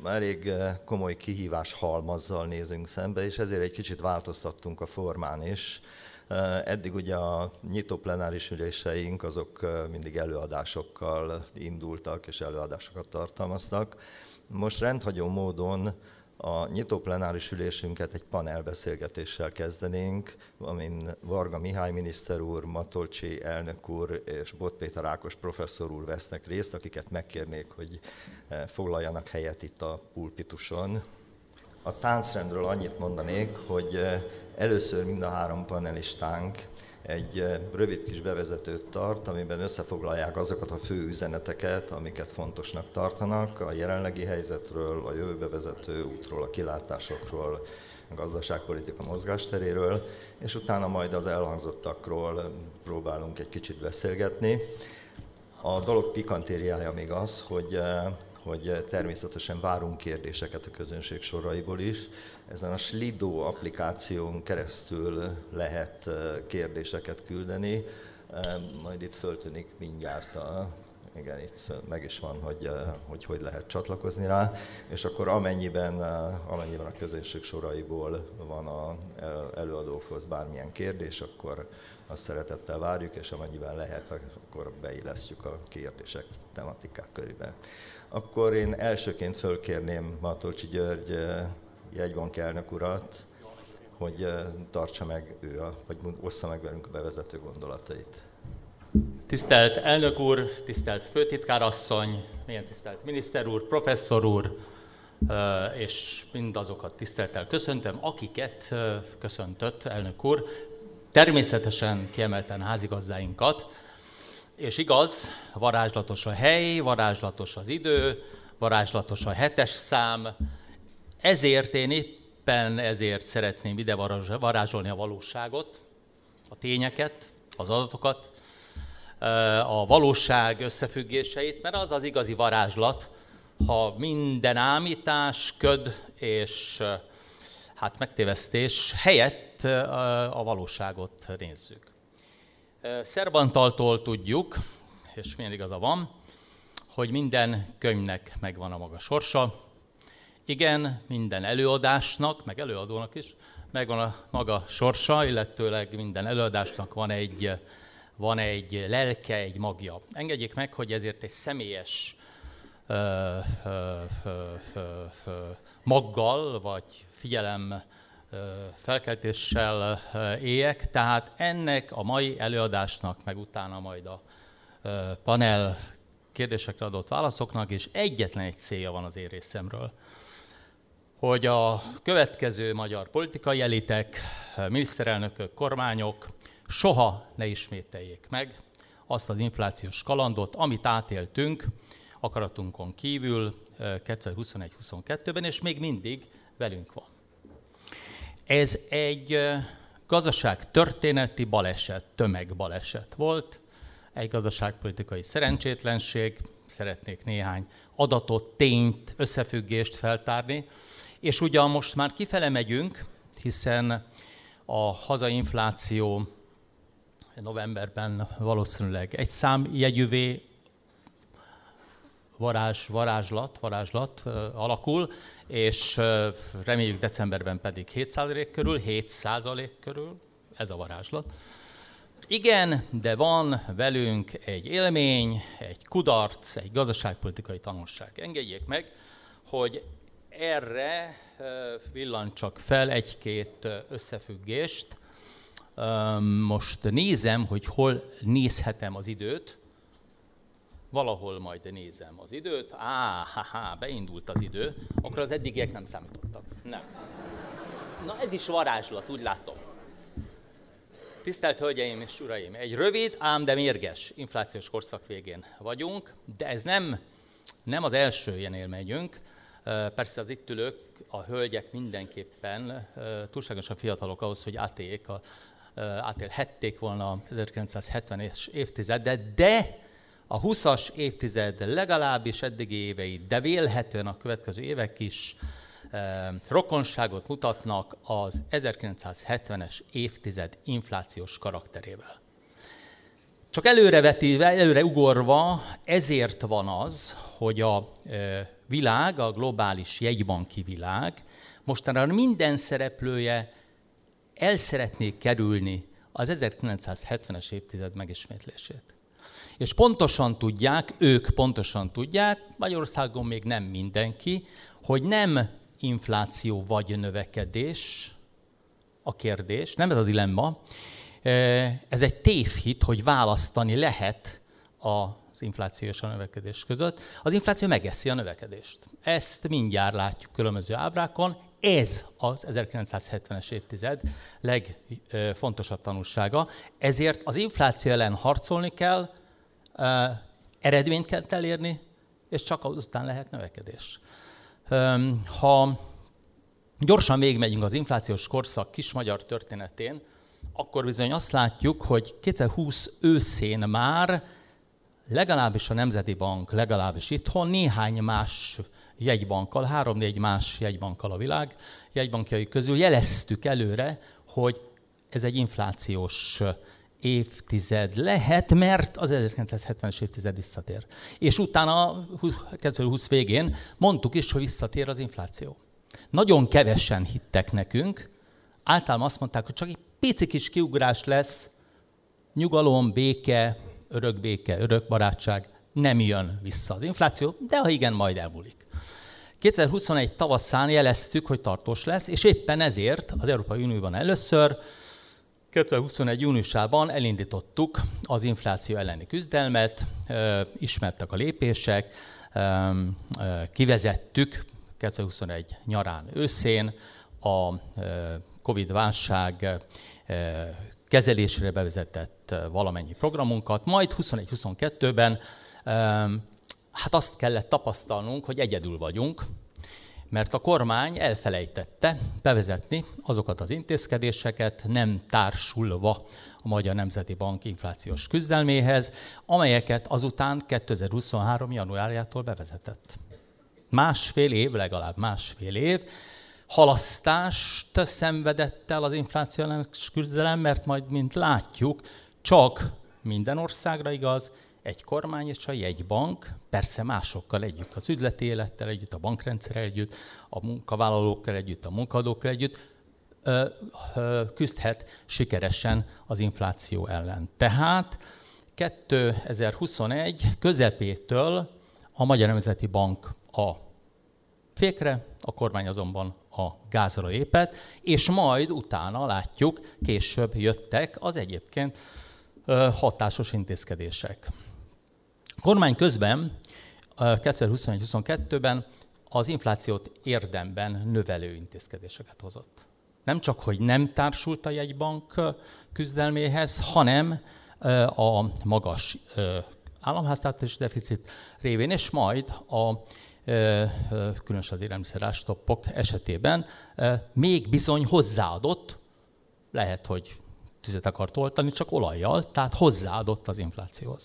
elég komoly kihívás halmazzal nézünk szembe, és ezért egy kicsit változtattunk a formán is. Eddig ugye a nyitó plenáris üléseink azok mindig előadásokkal indultak, és előadásokat tartalmaztak. Most rendhagyó módon a nyitó plenáris ülésünket egy panelbeszélgetéssel kezdenénk, amin Varga Mihály miniszter úr, Matolcsy elnök úr és Bot Péter Ákos professzor úr vesznek részt, akiket megkérnék, hogy foglaljanak helyet itt a pulpituson. A táncrendről annyit mondanék, hogy először mind a három panelistánk egy rövid kis bevezetőt tart, amiben összefoglalják azokat a fő üzeneteket, amiket fontosnak tartanak, a jelenlegi helyzetről, a jövőbe vezető útról, a kilátásokról, a gazdaságpolitika mozgásteréről, és utána majd az elhangzottakról próbálunk egy kicsit beszélgetni. A dolog pikantériája még az, hogy természetesen várunk kérdéseket a közönség soraiból is. Ezen a Slido applikáción keresztül lehet kérdéseket küldeni, majd itt föltűnik mindjárt, igen, itt meg is van, hogy lehet csatlakozni rá, és akkor amennyiben a közönség soraiból van az előadókhoz bármilyen kérdés, akkor azt szeretettel várjuk, és amennyiben lehet, akkor beillesztjük a kérdések tematikák körébe. Akkor én elsőként fölkérném Matolcsy György jegybank elnök urat, hogy tartsa meg vagy ossza meg velünk a bevezető gondolatait. Tisztelt elnök úr, tisztelt főtitkárasszony, milyen tisztelt miniszter úr, professzor úr, és mindazokat tisztelettel köszöntöm, akiket köszöntött elnök úr, természetesen kiemelten házigazdáinkat, és igaz, varázslatos a hely, varázslatos az idő, varázslatos a 7-es szám, ezért én éppen ezért szeretném ide varázsolni a valóságot, a tényeket, az adatokat, a valóság összefüggéseit, mert az az igazi varázslat, ha minden ámítás, köd és megtévesztés helyett a valóságot nézzük. Szerbantaltól tudjuk, és milyen igaza van, hogy minden könyvnek megvan a maga sorsa. Igen, minden előadásnak, meg előadónak is megvan a maga sorsa, illetőleg minden előadásnak van egy lelke, egy magja. Engedjék meg, hogy ezért egy személyes maggal, vagy figyelem felkeltéssel éljek, tehát ennek a mai előadásnak, meg utána majd a panel kérdésekre adott válaszoknak, és egyetlen egy célja van az én részemről, hogy a következő magyar politikai elitek, miniszterelnökök, kormányok soha ne ismételjék meg azt az inflációs kalandot, amit átéltünk akaratunkon kívül 2021-22-ben, és még mindig velünk van. Ez egy gazdaságtörténeti baleset, tömegbaleset volt, egy gazdaságpolitikai szerencsétlenség, szeretnék néhány adatot, tényt, összefüggést feltárni, és ugyan most már kifele megyünk, hiszen a hazai infláció novemberben valószínűleg egy számjegyűvé varázslat alakul, és reméljük decemberben pedig 7% körül, ez a varázslat. Igen, de van velünk egy élmény, egy kudarc, egy gazdaságpolitikai tanulság. Engedjék meg, hogy erre villancsak fel egy-két összefüggést. Most nézem, hogy hol nézhetem az időt. Valahol majd nézem az időt. Beindult az idő. Akkor az eddigiek nem számítottak. Nem. Na ez is varázslat, úgy látom. Tisztelt Hölgyeim és Uraim, egy rövid, ám de mérges inflációs korszak végén vagyunk, de ez nem az első ilyennél megyünk. Persze az itt ülők, a hölgyek mindenképpen túlságosan fiatalok ahhoz, hogy átélhették volna a 1970-es évtizedet, de a 20-as évtized legalábbis eddigi évei, de vélhetően a következő évek is rokonságot mutatnak az 1970-es évtized inflációs karakterével. Csak előre ugorva, ezért van az, hogy a világ, a globális jegybanki világ mostanában minden szereplője el szeretné kerülni az 1970-es évtized megismétlését. És pontosan tudják, ők pontosan tudják, Magyarországon még nem mindenki, hogy nem infláció vagy növekedés a kérdés, nem ez a dilemma. Ez egy tévhit, hogy választani lehet az infláció és a növekedés között. Az infláció megeszi a növekedést. Ezt mindjárt látjuk különböző ábrákon. Ez az 1970-es évtized legfontosabb tanulsága. Ezért az infláció ellen harcolni kell, eredményt kell elérni, és csak azután lehet növekedés. Ha gyorsan végigmegyünk az inflációs korszak kis magyar történetén, akkor bizony azt látjuk, hogy 2020 őszén már legalábbis a Nemzeti Bank, legalábbis itthon néhány más jegybankkal, 3-4 más jegybankkal a világ jegybankjai közül jeleztük előre, hogy ez egy inflációs évtized lehet, mert az 1970-es évtized visszatér. És utána, 2020 végén mondtuk is, hogy visszatér az infláció. Nagyon kevesen hittek nekünk, általában azt mondták, hogy csak egy pici kis kiugrás lesz, nyugalom, béke, örök barátság, nem jön vissza az infláció, de ha igen, majd elmúlik. 2021 tavaszán jeleztük, hogy tartós lesz, és éppen ezért az Európai Unióban először 2021 júniusában elindítottuk az infláció elleni küzdelmet, ismertek a lépések, kivezettük 2021 nyarán, őszén a Covid-válság kezelésére bevezetett valamennyi programunkat, majd 21-22-ben hát azt kellett tapasztalnunk, hogy egyedül vagyunk, mert a kormány elfelejtette bevezetni azokat az intézkedéseket, nem társulva a Magyar Nemzeti Bank inflációs küzdelméhez, amelyeket azután 2023. januárjától bevezetett. Legalább másfél év halasztást szenvedett el az infláció ellenes küzdelem, mert majd, mint látjuk, csak minden országra igaz, egy kormány és a jegybank, persze másokkal együtt, az üzleti élettel együtt, a bankrendszerrel együtt, a munkavállalókkal együtt, a munkadókkal együtt küzdhet sikeresen az infláció ellen. Tehát 2021 közepétől a Magyar Nemzeti Bank a fékre, a kormány azonban a gázra lépett, és majd utána látjuk, később jöttek az egyébként hatásos intézkedések. A kormány közben 2021-22-ben az inflációt érdemben növelő intézkedéseket hozott. Nem csak, hogy nem társult a jegybank küzdelméhez, hanem a magas államháztartási deficit révén, és majd különösen az élelmiszerárstoppok esetében még bizony hozzáadott, lehet, hogy tüzet akart oltani, csak olajjal, tehát hozzáadott az inflációhoz.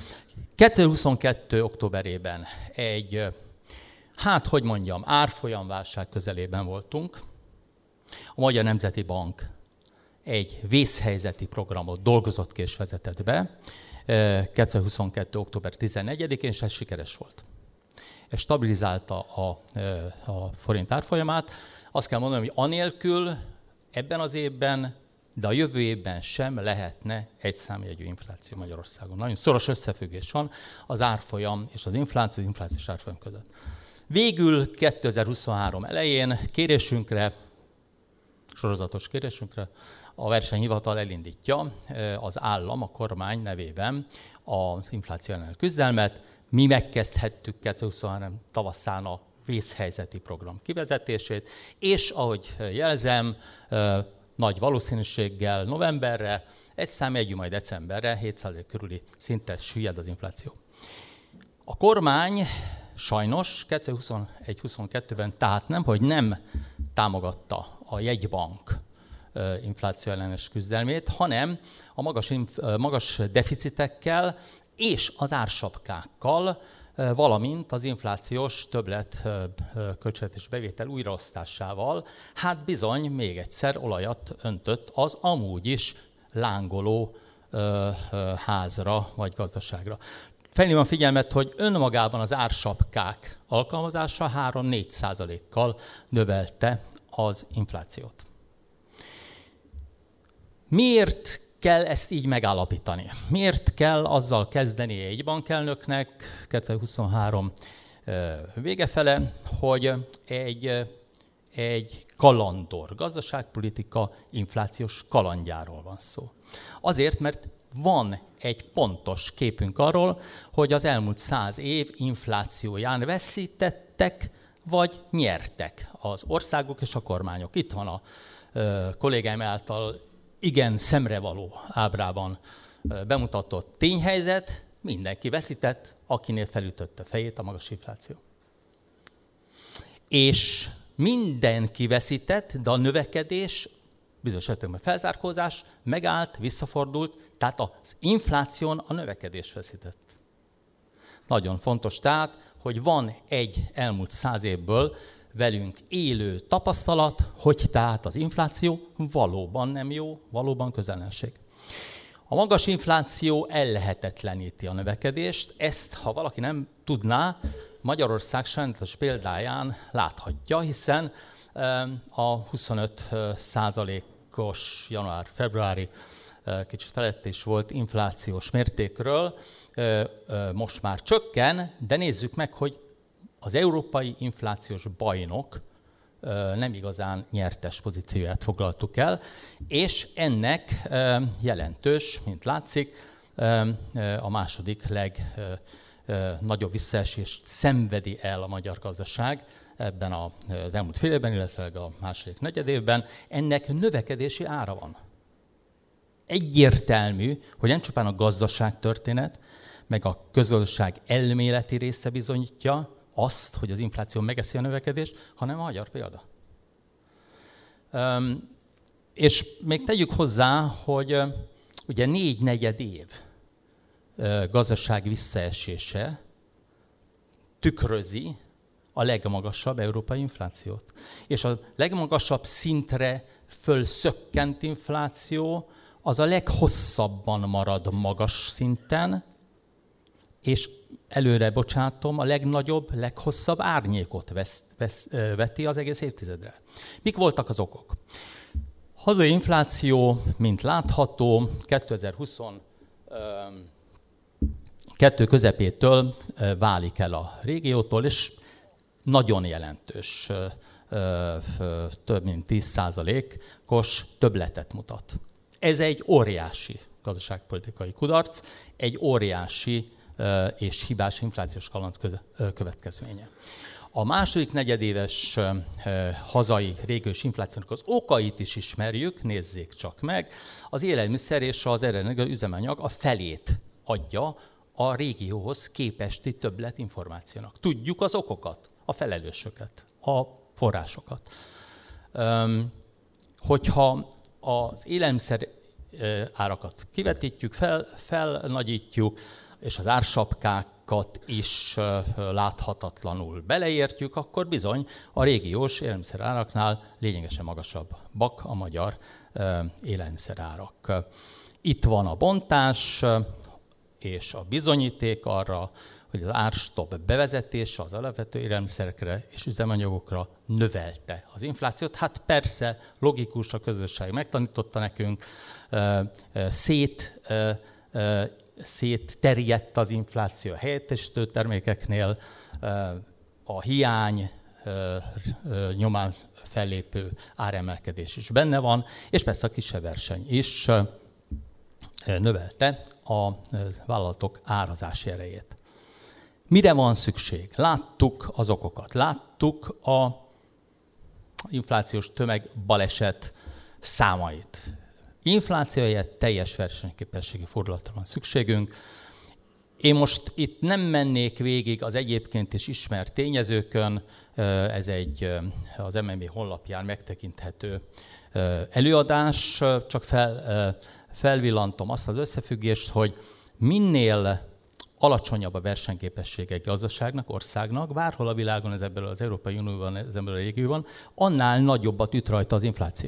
2022. októberében egy, árfolyamválság közelében voltunk. A Magyar Nemzeti Bank egy vészhelyzeti programot dolgozott ki és vezetett be 2022. október 14-én, és ez sikeres volt. Ez stabilizálta a forint árfolyamát. Azt kell mondanom, hogy anélkül ebben az évben, de a jövő évben sem lehetne egy számjegyű infláció Magyarországon. Nagyon szoros összefüggés van az árfolyam és az inflációs árfolyam között. Végül 2023 elején sorozatos kérésünkre a versenyhivatal elindítja az állam, a kormány nevében az infláció ellen küzdelmet. Mi megkezdhettük 2023 tavaszán a vészhelyzeti program kivezetését, és ahogy jelzem, nagy valószínűséggel novemberre, egy számjegyű, majd decemberre 7% körüli szinten süllyed az infláció. A kormány sajnos 2021-22-ben tehát nem támogatta a jegybank infláció ellenes küzdelmét, hanem a magas deficitekkel és az ársapkákkal, valamint az inflációs többlet költségvetési bevétel újraosztásával, hát bizony még egyszer olajat öntött az amúgy is lángoló házra vagy gazdaságra. Felhívom a figyelmet, hogy önmagában az ársapkák alkalmazása 3-4%-kal növelte az inflációt. Miért kell ezt így megállapítani? Miért kell azzal kezdeni egy bankelnöknek 2023 vége fele, hogy egy kalandor, gazdaságpolitika inflációs kalandjáról van szó? Azért, mert van egy pontos képünk arról, hogy az elmúlt 100 év inflációján veszítettek vagy nyertek az országok és a kormányok. Itt van a kollégáim által igen szemrevaló ábrában bemutatott tényhelyzet, mindenki veszített, akinél felütötte fejét a magas infláció. És mindenki veszített, de a növekedés, bizonyos esetekben felzárkózás, megállt, visszafordult, tehát az infláción a növekedés veszített. Nagyon fontos tehát, hogy van egy elmúlt 100 évből velünk élő tapasztalat, hogy tehát az infláció valóban nem jó, valóban közellenség. A magas infláció ellehetetleníti a növekedést, ezt, ha valaki nem tudná, Magyarország sajnálatos példáján láthatja, hiszen a 25%-os január-februári kicsit felett is volt inflációs mértékről, most már csökken, de nézzük meg, hogy az európai inflációs bajnok nem igazán nyertes pozícióját foglaltuk el, és ennek jelentős, mint látszik, a második legnagyobb visszaesést szenvedi el a magyar gazdaság ebben az elmúlt fél évben, illetve a második negyedévben. Ennek növekedési ára van. Egyértelmű, hogy nem csupán a gazdaságtörténet, meg a közösság elméleti része bizonyítja azt, hogy az infláció megeszi a növekedést, hanem a magyar példa. És még tegyük hozzá, hogy ugye 4-4 év gazdasági visszaesése tükrözi a legmagasabb európai inflációt. És a legmagasabb szintre fölszökkent infláció az a leghosszabban marad magas szinten, és előre bocsátom, a legnagyobb, leghosszabb árnyékot veti az egész évtizedre. Mik voltak az okok? Hazai infláció, mint látható, 2022 közepétől válik el a régiótól, és nagyon jelentős, több mint 10%-os többletet mutat. Ez egy óriási gazdaságpolitikai kudarc, egy óriási és hibás inflációs kaland következménye. A második negyedéves hazai régiós inflációnak az okait is ismerjük, nézzék csak meg. Az élelmiszer és az erre üzemanyag a felét adja a régióhoz képesti többlet információnak. Tudjuk az okokat, a felelősöket, a forrásokat. Hogyha az élelmiszer árakat kivetítjük, felnagyítjuk, és az ársapkákat is láthatatlanul beleértjük, akkor bizony a régiós élelmiszeráraknál lényegesen magasabbak a magyar élelmiszerárak. Itt van a bontás és a bizonyíték arra, hogy az árstop bevezetése az alapvető élelmiszerekre és üzemanyagokra növelte az inflációt. Hát persze, logikus, a közösség megtanította nekünk, szétterjedt az infláció a helyettesítő termékeknél, a hiány nyomán fellépő áremelkedés is benne van, és persze a kisebb verseny is növelte a vállalatok árazási erejét. Mire van szükség? Láttuk az okokat, láttuk az inflációs tömegbaleset számait. Infláció helyett teljes versenyképességi fordulatra van szükségünk. Én most itt nem mennék végig az egyébként is ismert tényezőkön, ez az MNB honlapján megtekinthető előadás, csak felvillantom azt az összefüggést, hogy minél alacsonyabb a versenyképesség egy gazdaságnak, országnak, bárhol a világon, ez ebből az Európai Unióban, ez ebből a régióban, annál nagyobbat üt rajta az infláció.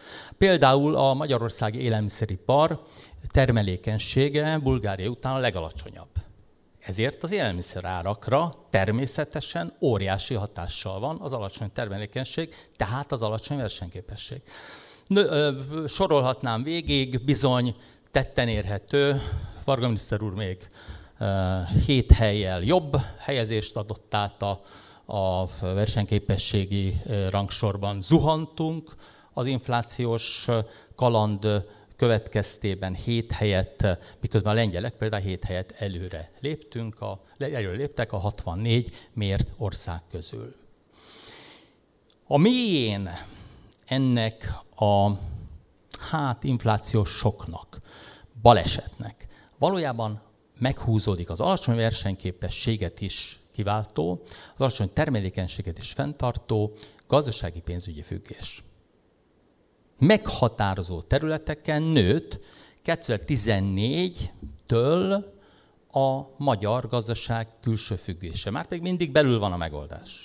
Például a magyarországi élelmiszeripar termelékenysége Bulgária után a legalacsonyabb. Ezért az élelmiszerárakra természetesen óriási hatással van az alacsony termelékenység, tehát az alacsony versenyképesség. Sorolhatnám végig, bizony tetten érhető, Varga miniszter úr még 7 hellyel jobb helyezést adott át a versenyképességi rangsorban. Zuhantunk az inflációs kaland következtében 7 helyet, miközben a lengyelek például 7 helyet előre léptek a 64 mért ország közül. A mélyén ennek a inflációs soknak, balesetnek valójában meghúzódik az alacsony versenyképességet is kiváltó, az alacsony termelékenységet is fenntartó gazdasági pénzügyi függés. Meghatározó területeken nőtt 2014-től a magyar gazdaság külső függése. Márpedig mindig belül van a megoldás.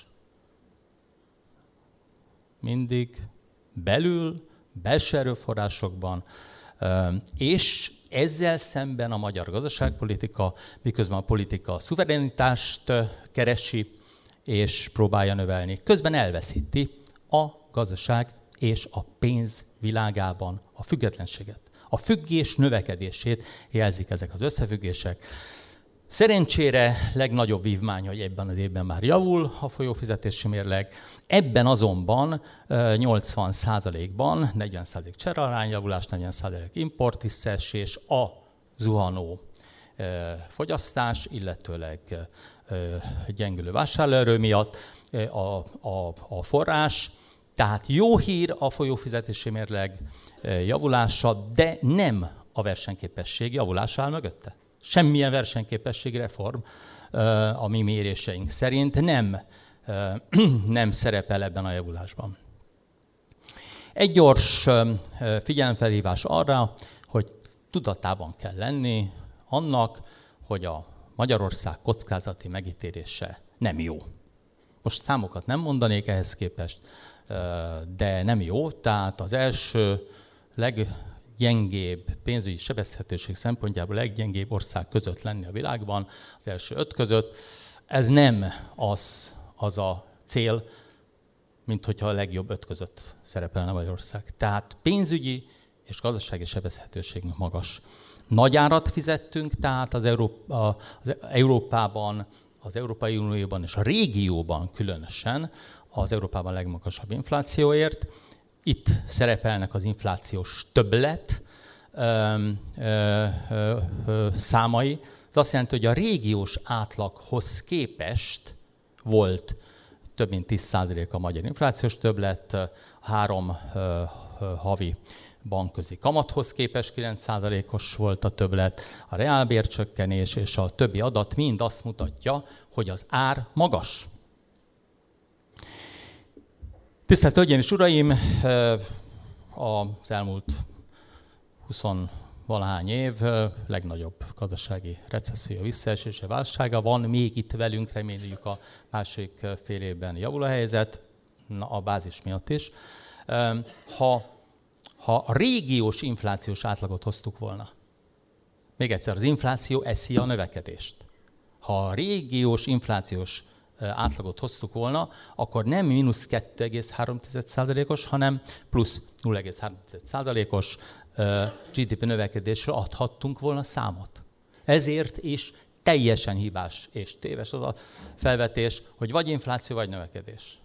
Mindig belül, belső erőforrásokban, és ezzel szemben a magyar gazdaságpolitika, miközben a politika a szuverenitást keresi és próbálja növelni, közben elveszíti a gazdaság és a pénz világában a függetlenséget. A függés növekedését jelzik ezek az összefüggések. Szerencsére legnagyobb vívmány, hogy ebben az évben már javul a folyófizetési mérleg, ebben azonban 80%-ban 40% cserearányjavulás, 40% import visszaesés, a zuhanó fogyasztás, illetőleg gyengülő vásárlóerő miatt a forrás. Tehát jó hír a folyófizetési mérleg javulása, de nem a versenyképesség javulása áll mögötte. Semmilyen versenyképességi reform a mi méréseink szerint nem szerepel ebben a javulásban. Egy gyors figyelemfelhívás arra, hogy tudatában kell lenni annak, hogy a Magyarország kockázati megítélése nem jó. Most számokat nem mondanék ehhez képest, de nem jó. Tehát az első leggyengébb pénzügyi sebezhetőség szempontjából leggyengébb ország között lenni a világban, az első 5 között. Ez nem az a cél, mint hogyha a legjobb 5 között szerepelne Magyarország. Tehát pénzügyi és gazdasági sebezhetőségünk magas. Nagy árat fizettünk, tehát az Európában, az Európai Unióban és a régióban különösen az Európában legmagasabb inflációért. Itt szerepelnek az inflációs többlet számai. Ez azt jelenti, hogy a régiós átlaghoz képest volt több mint 10% a magyar inflációs többlet, 3 havi bankközi kamathoz képest 9%-os volt a többlet, a reálbércsökkenés és a többi adat mind azt mutatja, hogy az ár magas. Tisztelt Hölgyeim és Uraim, az elmúlt 20-valahány év legnagyobb gazdasági recesszió, visszaesése, válsága van, még itt velünk, reméljük a másik fél évben javul a helyzet, a bázis miatt is. Ha a régiós inflációs átlagot hoztuk volna, még egyszer, az infláció eszi a növekedést. Ha a régiós inflációs átlagot hoztuk volna, akkor nem mínusz 2,3%-os, hanem plusz 0,3%-os GDP növekedésre adhattunk volna számot. Ezért is teljesen hibás és téves az a felvetés, hogy vagy infláció, vagy növekedés.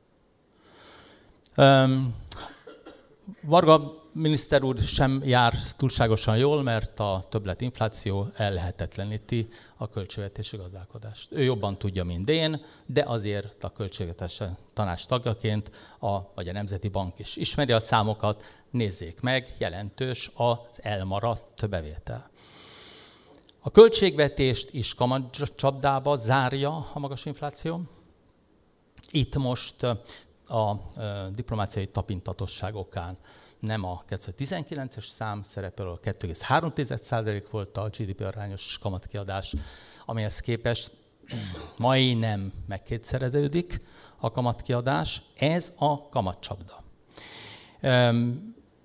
Varga miniszter úr sem jár túlságosan jól, mert a többletinfláció ellehetetleníti a költségvetési gazdálkodást. Ő jobban tudja, mint én, de azért a költségvetési tanács tagjaként vagy a Nemzeti Bank is ismeri a számokat, nézzék meg, jelentős az elmaradt bevétel. A költségvetést is kamatcsapdába zárja a magas infláció. Itt most a diplomáciai tapintatosság okán nem a 2019-es szám szerepel, a 2,3% volt a GDP arányos kamatkiadás, amihez képest majdnem megkétszereződik a kamatkiadás. Ez a kamatcsapda.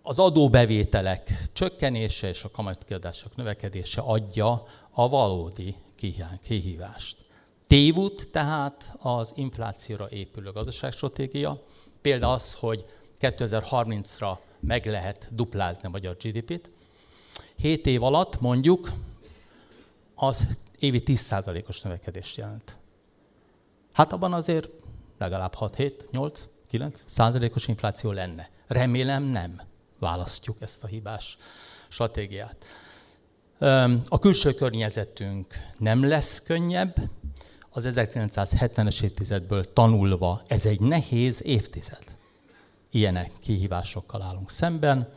Az adóbevételek csökkenése és a kamatkiadások növekedése adja a valódi kihívást. Tévút tehát az inflációra épülő gazdaságstratégia, például az, hogy 2030-ra meg lehet duplázni a magyar GDP-t. 7 év alatt mondjuk az évi 10%-os növekedést jelent. Hát abban azért legalább 6-7-8-9% infláció lenne. Remélem nem választjuk ezt a hibás stratégiát. A külső környezetünk nem lesz könnyebb. Az 1970-es évtizedből tanulva ez egy nehéz évtized. Ilyenek kihívásokkal állunk szemben.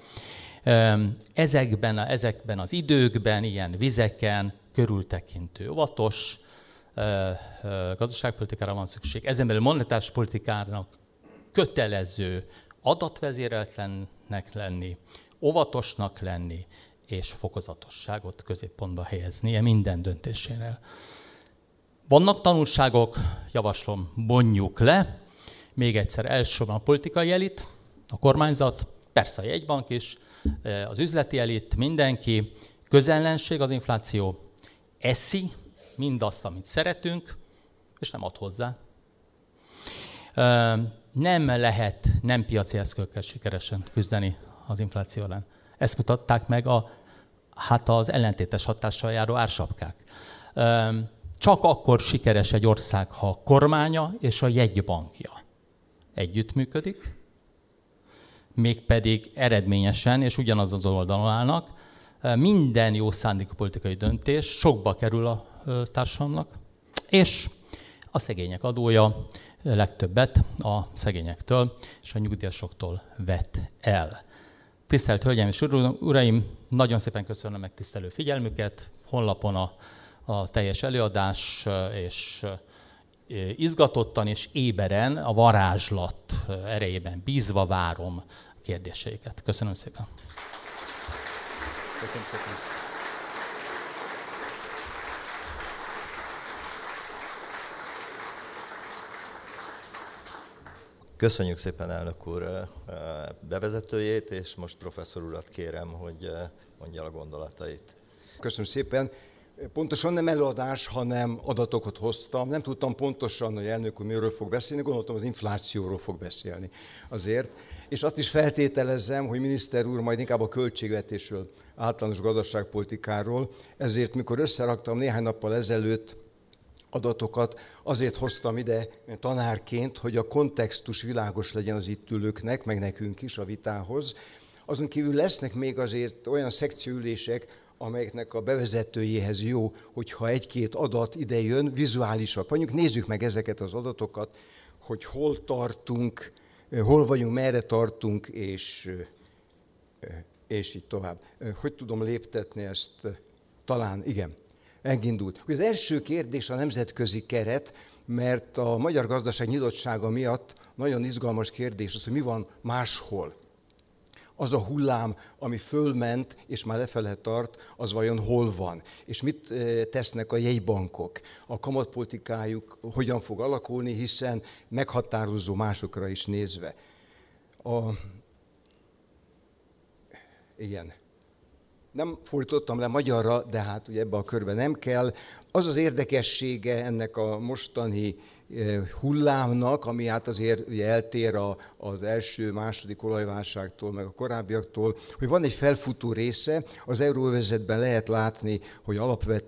Ezekben az időkben, ilyen vizeken körültekintő, óvatos gazdaságpolitikára van szükség. Ezen belül monetáris politikának kötelező adatvezéreltnek lenni, óvatosnak lenni, és fokozatosságot középpontba helyeznie minden döntésénél. Vannak tanulságok, javaslom, bonjuk le. Még egyszer elsősorban a politikai elit, a kormányzat, persze a jegybank is, az üzleti elit, mindenki, közellenség az infláció, eszi mindazt, amit szeretünk, és nem ad hozzá. Nem lehet nem piaci eszközökkel sikeresen küzdeni az infláció ellen. Ezt mutatták meg az ellentétes hatással járó ársapkák. Csak akkor sikeres egy ország, ha a kormánya és a jegybankja együttműködik, mégpedig eredményesen és ugyanaz az oldalon állnak. Minden jó szándékú politikai döntés sokba kerül a társadalomnak, és a szegények adója legtöbbet a szegényektől és a nyugdíjasoktól vett el. Tisztelt Hölgyeim és Uraim, nagyon szépen köszönöm megtisztelő figyelmüket. Honlapon a teljes előadás, és izgatottan és éberen, a varázslat erejében bízva várom a kérdéseiket. Köszönöm szépen. Köszönöm szépen. Köszönjük szépen, elnök úr, bevezetőjét, és most professzor urat kérem, hogy mondja a gondolatait. Köszönöm szépen. Pontosan nem előadás, hanem adatokat hoztam. Nem tudtam pontosan, hogy elnök úr miről fog beszélni, gondoltam az inflációról fog beszélni azért. És azt is feltételezem, hogy miniszter úr majd inkább a költségvetésről, általános gazdaságpolitikáról. Ezért, mikor összeraktam néhány nappal ezelőtt adatokat, azért hoztam ide tanárként, hogy a kontextus világos legyen az itt ülőknek, meg nekünk is a vitához. Azon kívül lesznek még azért olyan szekcióülések, amelyeknek a bevezetőjéhez jó, hogyha egy-két adat ide jön, vizuálisak vagyunk. Nézzük meg ezeket az adatokat, hogy hol tartunk, hol vagyunk, merre tartunk, és így tovább. Hogy tudom léptetni ezt? Talán, igen, megindult. Az első kérdés a nemzetközi keret, mert a magyar gazdaság nyitottsága miatt nagyon izgalmas kérdés az, hogy mi van máshol. Az a hullám, ami fölment, és már lefele tart, az vajon hol van? És mit tesznek a jegybankok? A kamatpolitikájuk hogyan fog alakulni, hiszen meghatározó másokra is nézve. Igen. Nem fordítottam le magyarra, de hát ugye ebben a körben nem kell. Az az érdekessége ennek a mostani hullámnak, ami hát azért ugye eltér az első, második olajválságtól, meg a korábbiaktól, hogy van egy felfutó része, az euróövezetben lehet látni, hogy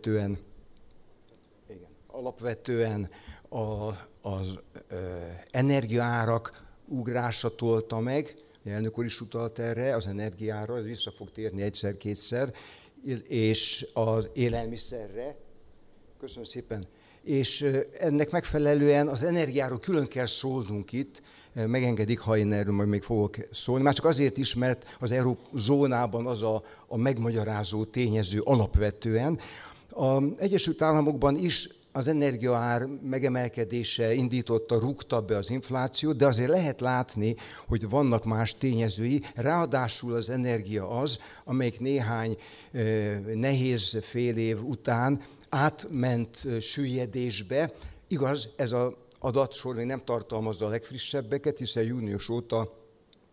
alapvetően az energiaárak ugrása tolta meg, elnök úr is utalt erre, az energiára, ez vissza fog térni egyszer-kétszer, és az élelmiszerre. Köszönöm szépen. És ennek megfelelően az energiáról külön kell szólnunk itt, megengedik, ha én erről majd még fogok szólni. Már csak azért is, mert az eurózónában az a megmagyarázó tényező alapvetően. Az Egyesült Államokban is az energiaár megemelkedése rúgta be az inflációt, de azért lehet látni, hogy vannak más tényezői. Ráadásul az energia az, amelyik néhány nehéz fél év után átment süllyedésbe. Igaz, ez az adatsor még nem tartalmazza a legfrissebbeket, hiszen június óta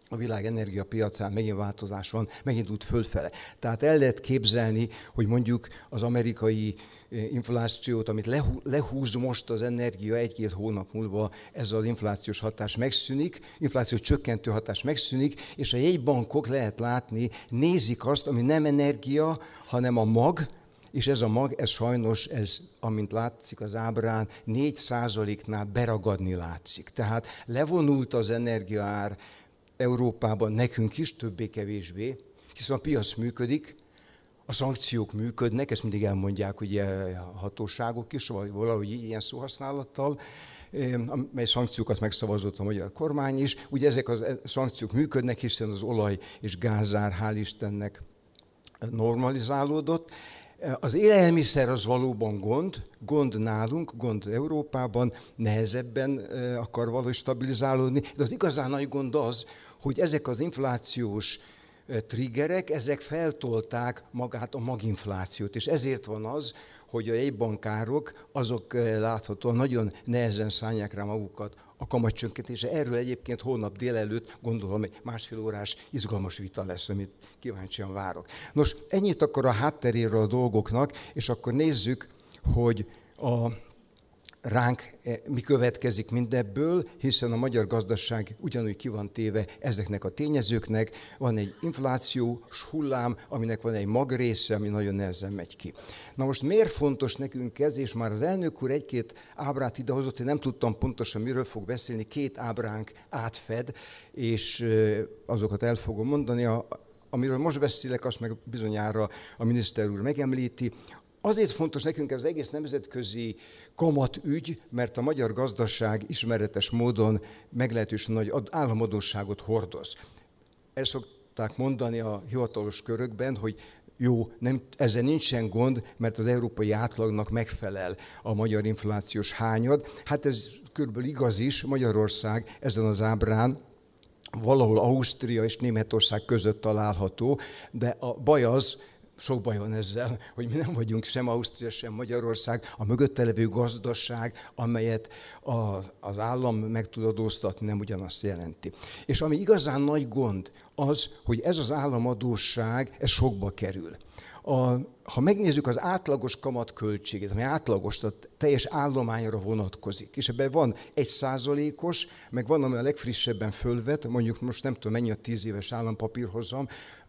a világ energiapiacán megint változás van, megint út fölfele. Tehát el lehet képzelni, hogy mondjuk az amerikai inflációt, amit lehúz most az energia, 1-2 hónap múlva ez az inflációs hatás megszűnik, inflációs csökkentő hatás megszűnik, és a jegybankok lehet látni, nézik azt, ami nem energia, hanem a mag, és ez a mag, ez sajnos, amint látszik az ábrán, 4%-nál beragadni látszik. Tehát levonult az energiaár Európában nekünk is, többé-kevésbé, hiszen a piac működik, a szankciók működnek, ezt mindig elmondják ugye a hatóságok is, vagy valahogy ilyen szóhasználattal, mely szankciókat megszavazott a magyar kormány is. Ugye ezek a szankciók működnek, hiszen az olaj és gázár, hál' Istennek, normalizálódott. Az élelmiszer az valóban gond nálunk, gond Európában, nehezebben akar valahogy stabilizálódni, de az igazán nagy gond az, hogy ezek az inflációs triggerek, ezek feltolták magát a maginflációt, és ezért van az, hogy a jegybankárok azok láthatóan nagyon nehezen szánják rá magukat a kamatcsökkentése. Erről egyébként holnap délelőtt gondolom egy 1,5 órás izgalmas vita lesz, amit kíváncsian várok. Nos, ennyit akkor a hátteréről a dolgoknak, és akkor nézzük, hogy ránk mi következik mindebből, hiszen a magyar gazdaság ugyanúgy ki van téve ezeknek a tényezőknek. Van egy inflációs hullám, aminek van egy magrésze, ami nagyon nehezen megy ki. Na most miért fontos nekünk ez, és már az elnök úr 1-2 ábrát idehozott, hogy nem tudtam pontosan miről fog beszélni, 2 ábránk átfed, és azokat el fogom mondani. Amiről most beszélek, azt meg bizonyára a miniszter úr megemlíti. Azért fontos nekünk ez az egész nemzetközi kamatügy, mert a magyar gazdaság ismeretes módon meglehetősen nagy államadósságot hordoz. El szokták mondani a hivatalos körökben, hogy jó, ezzel nincsen gond, mert az európai átlagnak megfelel a magyar inflációs hányad. Hát ez körülbelül igaz is, Magyarország ezen az ábrán valahol Ausztria és Németország között található, de a baj az, sok baj van ezzel, hogy mi nem vagyunk sem Ausztria, sem Magyarország, a mögötte levő gazdaság, amelyet az állam meg tud adóztatni, nem ugyanazt jelenti. És ami igazán nagy gond az, hogy ez az államadósság, ez sokba kerül. Ha megnézzük az átlagos kamatköltségét, ami átlagos, tehát teljes állományra vonatkozik, és ebben van 1%-os, meg van, ami a legfrissebben fölvet, mondjuk most nem tudom mennyi a 10 éves állampapírhozam,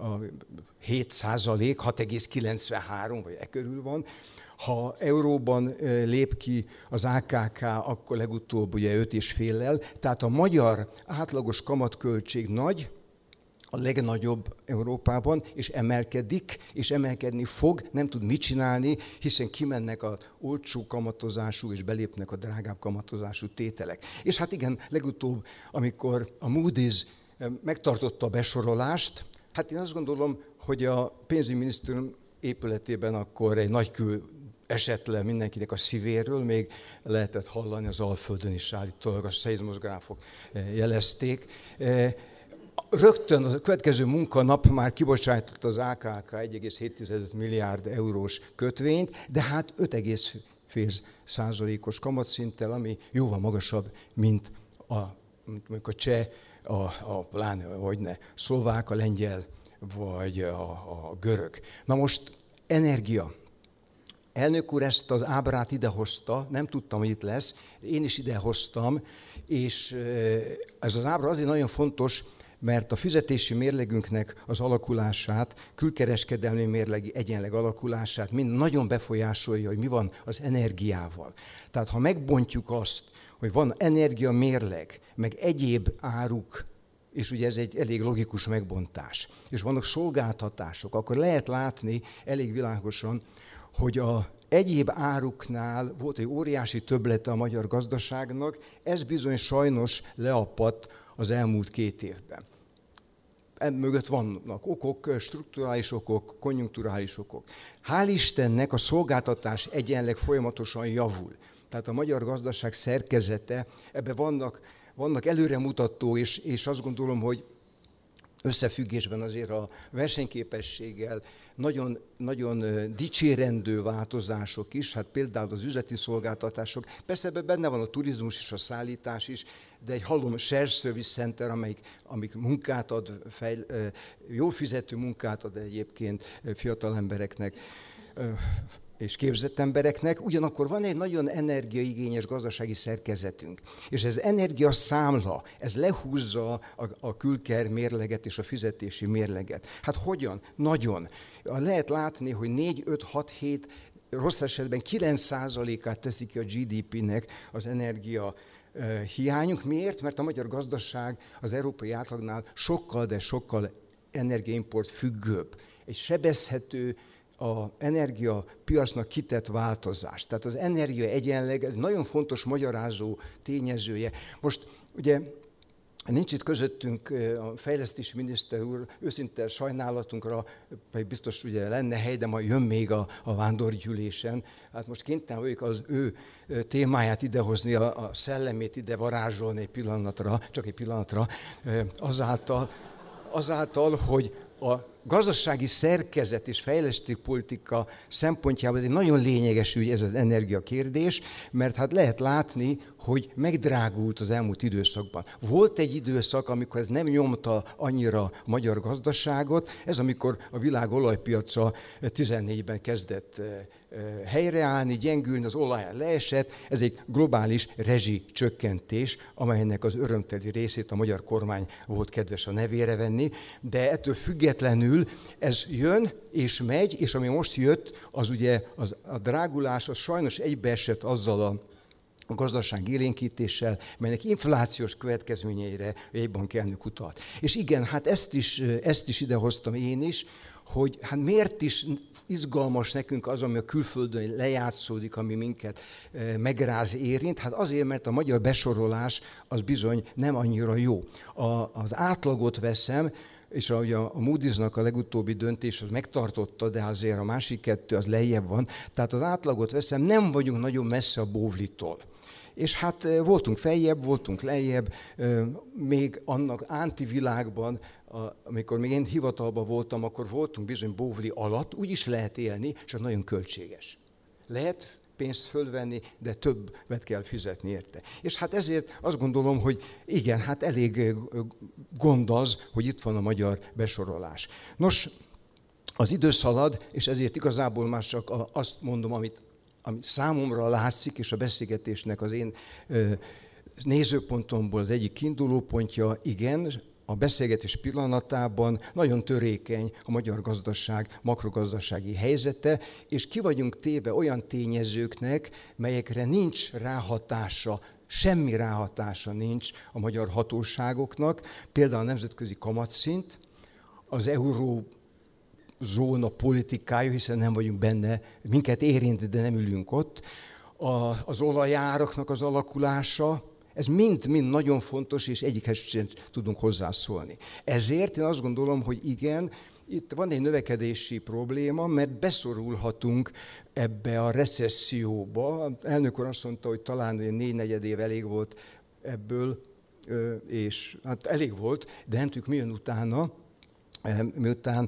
7%, 6,93, vagy körül van. Ha euróban lép ki az AKK, akkor legutóbb ugye 5,5-lel, tehát a magyar átlagos kamatköltség nagy, a legnagyobb Európában, és emelkedik, és emelkedni fog, nem tud mit csinálni, hiszen kimennek az olcsó kamatozású, és belépnek a drágább kamatozású tételek. És hát igen, legutóbb, amikor a Moody's megtartotta a besorolást, hát én azt gondolom, hogy a pénzügyminisztérium épületében akkor egy nagy kő esett le mindenkinek a szívéről, még lehetett hallani az Alföldön is állítólag, a szeizmográfok jelezték. Rögtön a következő munkanap már kibocsátott az AKK 1,7 milliárd eurós kötvényt, de hát 5,5%-os kamatszinttel, ami jóval magasabb, mint a cseh, pláne, vagy ne, szlovák, a lengyel, vagy a görög. Na most energia. Elnök úr ezt az ábrát idehozta, nem tudtam, hogy itt lesz, én is idehoztam, és ez az ábra azért nagyon fontos, mert a fizetési mérlegünknek az alakulását, külkereskedelmi mérlegi egyenleg alakulását mind nagyon befolyásolja, hogy mi van az energiával. Tehát ha megbontjuk azt, hogy van energiamérleg, meg egyéb áruk, és ugye ez egy elég logikus megbontás, és vannak szolgáltatások, akkor lehet látni elég világosan, hogy a egyéb áruknál volt egy óriási többlete a magyar gazdaságnak, ez bizony sajnos leapadt az elmúlt 2 évben. Mögött vannak okok, strukturális okok, konjunkturális okok. Hál' Istennek a szolgáltatás egyenleg folyamatosan javul. Tehát a magyar gazdaság szerkezete, ebben vannak előremutató, és azt gondolom, hogy összefüggésben azért a versenyképességgel nagyon, nagyon dicsérendő változások is, hát például az üzleti szolgáltatások, persze ebben benne van a turizmus és a szállítás is, de egy hallom shared service center, amik munkát ad, jól fizető munkát ad egyébként fiatal embereknek, és képzett embereknek, ugyanakkor van egy nagyon energiaigényes gazdasági szerkezetünk. És ez energiaszámla, ez lehúzza a külker mérleget és a fizetési mérleget. Hát hogyan? Nagyon. Lehet látni, hogy 4-5-6-7, rossz esetben 9%-át teszi ki a GDP-nek az energia hiányunk. Miért? Mert a magyar gazdaság az európai átlagnál sokkal, de sokkal energiaimport függőbb. Egy sebezhető, az energiapiacnak kitett változás. Tehát az energia egyenleg, ez nagyon fontos magyarázó tényezője. Most ugye nincs itt közöttünk a fejlesztési miniszter úr, őszinte sajnálatunkra, pedig biztos ugye lenne hely, de majd jön még a vándorgyűlésen. Hát most kénytelen vagyok az ő témáját idehozni, a szellemét ide varázsolni egy pillanatra, csak egy pillanatra, azáltal, hogy a gazdasági szerkezet és fejlesztéspolitika szempontjából ez egy nagyon lényeges ügy, ez az energiakérdés, mert hát lehet látni, hogy megdrágult az elmúlt időszakban. Volt egy időszak, amikor ez nem nyomta annyira a magyar gazdaságot, ez amikor a világ olajpiaca 14-ben kezdett helyreállni, gyengülni, az olaj leesett, ez egy globális rezsicsökkentés, amelynek az örömteli részét a magyar kormány volt kedves a nevére venni, de ettől függetlenül ez jön és megy, és ami most jött, az ugye a drágulás, az sajnos egybeesett azzal a gazdaság élénkítéssel, melynek inflációs következményeire a jegybank elnök utalt. És igen, hát ezt is idehoztam én is, hogy hát miért is izgalmas nekünk az, ami a külföldön lejátszódik, ami minket megráz, érint. Hát azért, mert a magyar besorolás az bizony nem annyira jó. Az átlagot veszem, és a Moody's-nak a legutóbbi döntés az megtartotta, de azért a másik kettő az lejjebb van. Tehát az átlagot veszem, nem vagyunk nagyon messze a bóvlitól. És hát voltunk feljebb, voltunk lejjebb, még annak antivilágban, amikor még én hivatalban voltam, akkor voltunk bizony bóvli alatt, úgy is lehet élni, csak nagyon költséges. Lehet pénzt fölvenni, de többet kell fizetni érte. És hát ezért azt gondolom, hogy igen, hát elég gond az, hogy itt van a magyar besorolás. Nos, az idő szalad, és ezért igazából már csak azt mondom, amit számomra látszik, és a beszélgetésnek az én nézőpontomból az egyik kiindulópontja, igen, a beszélgetés pillanatában nagyon törékeny a magyar gazdaság makrogazdasági helyzete, és ki vagyunk téve olyan tényezőknek, melyekre nincs ráhatása, semmi ráhatása nincs a magyar hatóságoknak, például a nemzetközi kamatszint, az eurózóna politikája, hiszen nem vagyunk benne, minket érint, de nem ülünk ott, az olajáraknak az alakulása, ez mind nagyon fontos, és egyikhez sem tudunk hozzászólni. Ezért én azt gondolom, hogy igen, itt van egy növekedési probléma, mert beszorulhatunk ebbe a recesszióba. Elnök úr azt mondta, hogy talán 4-4 év elég volt ebből, és hát elég volt, de nem tudjuk, mi jön utána, miután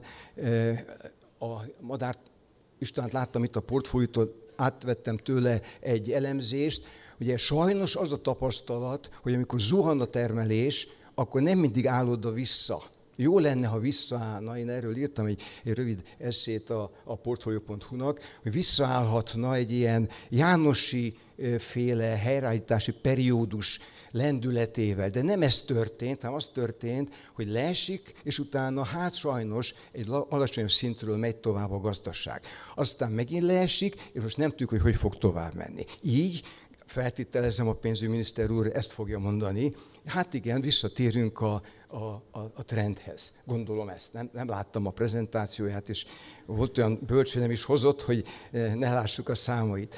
a Madár Istvánt láttam itt a portfóliótól, átvettem tőle egy elemzést. Ugye sajnos az a tapasztalat, hogy amikor zuhan a termelés, akkor nem mindig áll oda vissza. Jó lenne, ha visszaállna, én erről írtam egy rövid esszét a portfolio.hu-nak, hogy visszaállhatna egy ilyen Jánosi féle helyreállítási periódus lendületével. De nem ez történt, hanem az történt, hogy leesik, és utána hát sajnos egy alacsonyabb szintről megy tovább a gazdaság. Aztán megint leesik, és most nem tudjuk, hogy fog tovább menni. Így feltételezem, a pénzügyminiszter úr ezt fogja mondani. Hát igen, visszatérünk a trendhez. Gondolom ezt. Nem láttam a prezentációját, és volt olyan bölcsőnem is hozott, hogy ne lássuk a számait.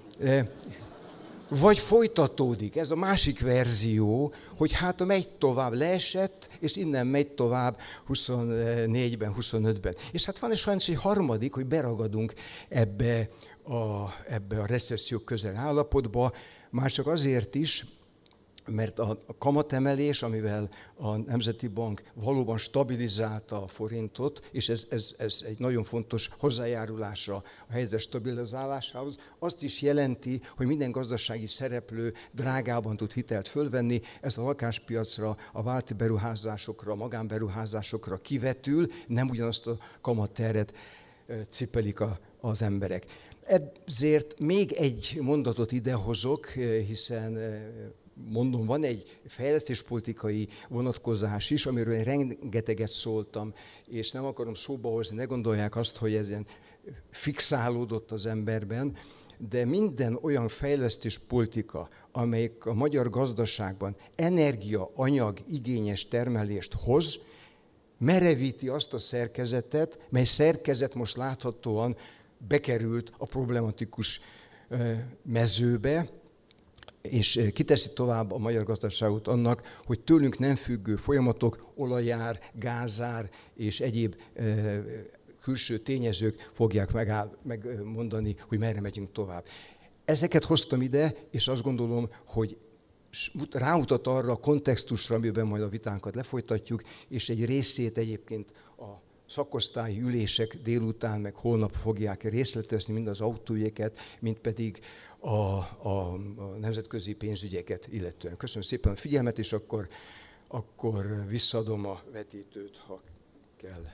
Vagy folytatódik, ez a másik verzió, hogy hát megy tovább, leesett, és innen megy tovább 24-ben, 25-ben. És hát van sajnos egy harmadik, hogy beragadunk ebbe a recesszió közel állapotba, már csak azért is, mert a kamatemelés, amivel a Nemzeti Bank valóban stabilizálta a forintot, és ez egy nagyon fontos hozzájárulása a helyzet stabilizálásához, azt is jelenti, hogy minden gazdasági szereplő drágában tud hitelt fölvenni, ez a lakáspiacra, a válti beruházásokra, a magánberuházásokra kivetül, nem ugyanazt a kamatterhet cipelik az emberek. Ezért még egy mondatot idehozok, hiszen mondom, van egy fejlesztéspolitikai vonatkozás is, amiről én rengeteget szóltam, és nem akarom szóba hozni, ne gondolják azt, hogy ez ilyen fixálódott az emberben, de minden olyan fejlesztéspolitika, amelyik a magyar gazdaságban energia, anyag, igényes termelést hoz, merevíti azt a szerkezetet, mely szerkezet most láthatóan bekerült a problematikus mezőbe, és kiteszi tovább a magyar gazdaságot annak, hogy tőlünk nem függő folyamatok, olajár, gázár és egyéb külső tényezők fogják megmondani, hogy merre megyünk tovább. Ezeket hoztam ide, és azt gondolom, hogy rámutat arra a kontextusra, amiben majd a vitánkat lefolytatjuk, és egy részét egyébként a szakosztályi ülések délután, meg holnap fogják részletezni, mind az autóügyeket, mind pedig a nemzetközi pénzügyeket illetően. Köszönöm szépen a figyelmet, és akkor visszaadom a vetítőt, ha kell.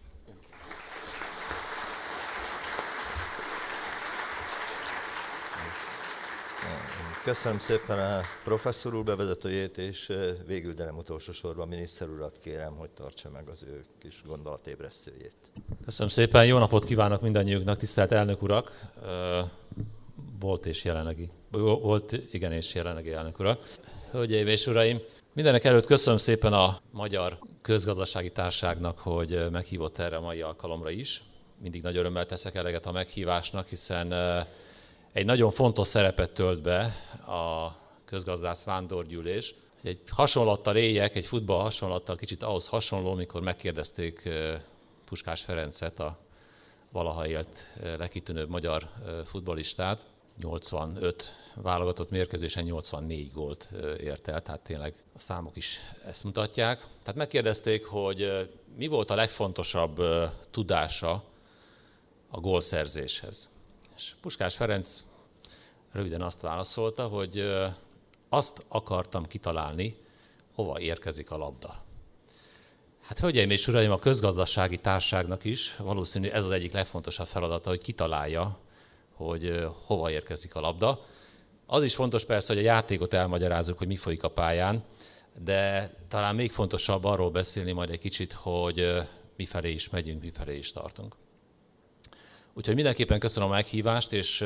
Köszönöm szépen a professzor úr bevezetőjét, és végül, de nem utolsó sorban a miniszter urat kérem, hogy tartsa meg az ő kis gondolatébresztőjét. Köszönöm szépen, jó napot kívánok mindannyiuknak, tisztelt elnök urak, volt és jelenlegi elnök urak. Hölgyeim és uraim, mindenek előtt köszönöm szépen a Magyar Közgazdasági Társaságnak, hogy meghívott erre a mai alkalomra is. Mindig nagy örömmel teszek eleget a meghívásnak, hiszen egy nagyon fontos szerepet tölt be a közgazdász vándorgyűlés. Egy hasonlattal éljek, egy futball hasonlattal kicsit ahhoz hasonló, mikor megkérdezték Puskás Ferencet, a valaha élt legkitűnőbb magyar futballistát. 85 válogatott mérkőzésen 84 gólt ért el, tehát tényleg a számok is ezt mutatják. Tehát megkérdezték, hogy mi volt a legfontosabb tudása a gólszerzéshez. És Puskás Ferenc röviden azt válaszolta, hogy azt akartam kitalálni, hova érkezik a labda. Hát hölgyeim és uraim, a közgazdasági társaságnak is valószínű ez az egyik legfontosabb feladata, hogy kitalálja, hogy hova érkezik a labda. Az is fontos persze, hogy a játékot elmagyarázzuk, hogy mi folyik a pályán, de talán még fontosabb arról beszélni majd egy kicsit, hogy mifelé is megyünk, mifelé is tartunk. Úgyhogy mindenképpen köszönöm a meghívást, és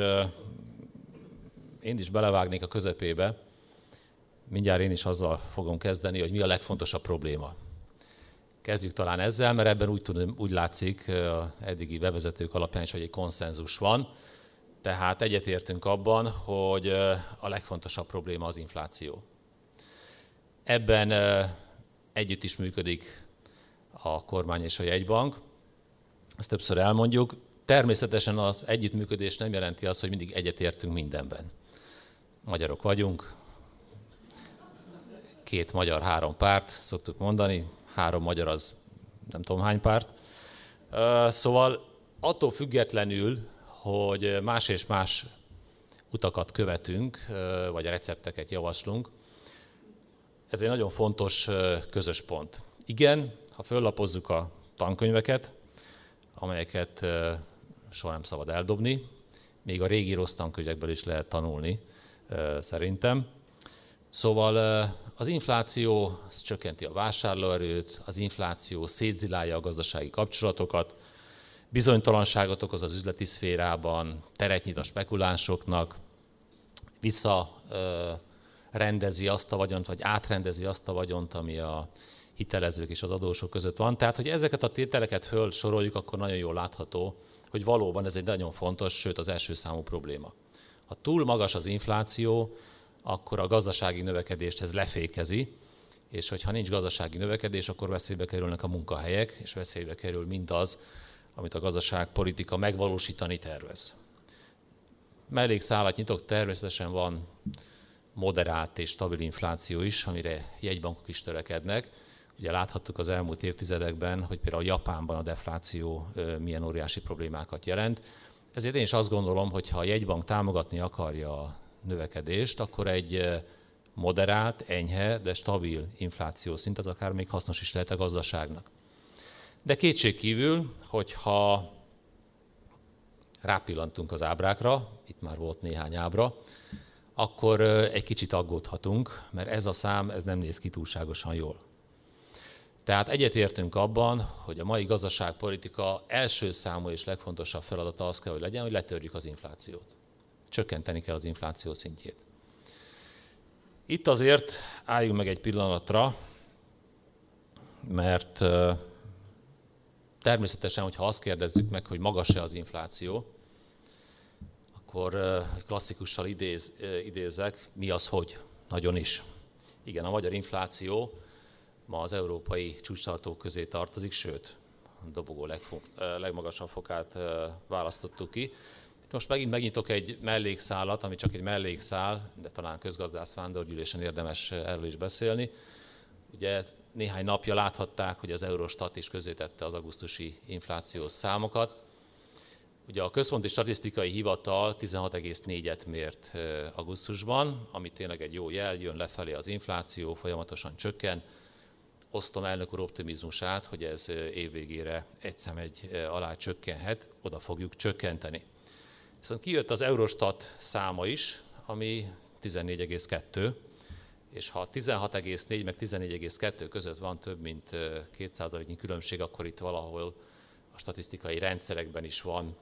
én is belevágnék a közepébe. Mindjárt én is azzal fogom kezdeni, hogy mi a legfontosabb probléma. Kezdjük talán ezzel, mert ebben úgy látszik eddigi bevezetők alapján is, hogy egy konszenzus van. Tehát egyetértünk abban, hogy a legfontosabb probléma az infláció. Ebben együtt is működik a kormány és a jegybank. Ezt többször elmondjuk. Természetesen az együttműködés nem jelenti azt, hogy mindig egyetértünk mindenben. Magyarok vagyunk, 2 magyar, 3 párt, szoktuk mondani, 3 magyar az nem tudom hány párt. Szóval attól függetlenül, hogy más és más utakat követünk, vagy recepteket javaslunk, ez egy nagyon fontos közös pont. Igen, ha föllapozzuk a tankönyveket, amelyeket soha nem szabad eldobni, még a régi rossz tankönyvekből is lehet tanulni, szerintem. Szóval az infláció csökkenti a vásárlóerőt, az infláció szétzilálja a gazdasági kapcsolatokat, bizonytalanságot okoz az üzleti szférában, teret nyit a spekulánsoknak, visszarendezi azt a vagyont, vagy átrendezi azt a vagyont, ami a hitelezők és az adósok között van. Tehát, hogy ezeket a tételeket fölsoroljuk, akkor nagyon jól látható, hogy valóban ez egy nagyon fontos, sőt az első számú probléma. Ha túl magas az infláció, akkor a gazdasági növekedést ez lefékezi, és hogyha nincs gazdasági növekedés, akkor veszélybe kerülnek a munkahelyek, és veszélybe kerül mindaz, amit a gazdaságpolitika megvalósítani tervez. Mellékszálat nyitok, természetesen van moderált és stabil infláció is, amire jegybankok is törekednek. Ugye láthattuk az elmúlt évtizedekben, hogy például Japánban a defláció milyen óriási problémákat jelent. Ezért én is azt gondolom, hogy ha a jegybank támogatni akarja a növekedést, akkor egy moderált, enyhe, de stabil infláció szint az akár még hasznos is lehet a gazdaságnak. De kétségkívül, hogyha rápillantunk az ábrákra, itt már volt néhány ábra, akkor egy kicsit aggódhatunk, mert ez a szám ez nem néz ki túlságosan jól. Tehát egyetértünk abban, hogy a mai gazdaságpolitika első számú és legfontosabb feladata az kell, hogy legyen, hogy letörjük az inflációt. Csökkenteni kell az infláció szintjét. Itt azért álljunk meg egy pillanatra, mert természetesen, hogyha azt kérdezzük meg, hogy magas-e az infláció, akkor klasszikussal idézek, mi az, hogy? Nagyon is. Igen, a magyar infláció ma az európai csúcstartók közé tartozik, sőt, a dobogó legmagasabb fokát választottuk ki. Most megint megnyitok egy mellékszálat, ami csak egy mellékszál, de talán közgazdász vándorgyűlésen érdemes erről is beszélni. Ugye néhány napja láthatták, hogy az Eurostat is közzétette az augusztusi inflációs számokat. Ugye a Központi Statisztikai Hivatal 16,4-et mért augusztusban, ami tényleg egy jó jel, jön lefelé az infláció, folyamatosan csökken. Osztom elnök úr optimizmusát, hogy ez évvégére egy szem alá csökkenhet, oda fogjuk csökkenteni. Viszont kijött az Eurostat száma is, ami 14,2, és ha 16,4 meg 14,2 között van több mint 2%-nyi különbség, akkor itt valahol a statisztikai rendszerekben is van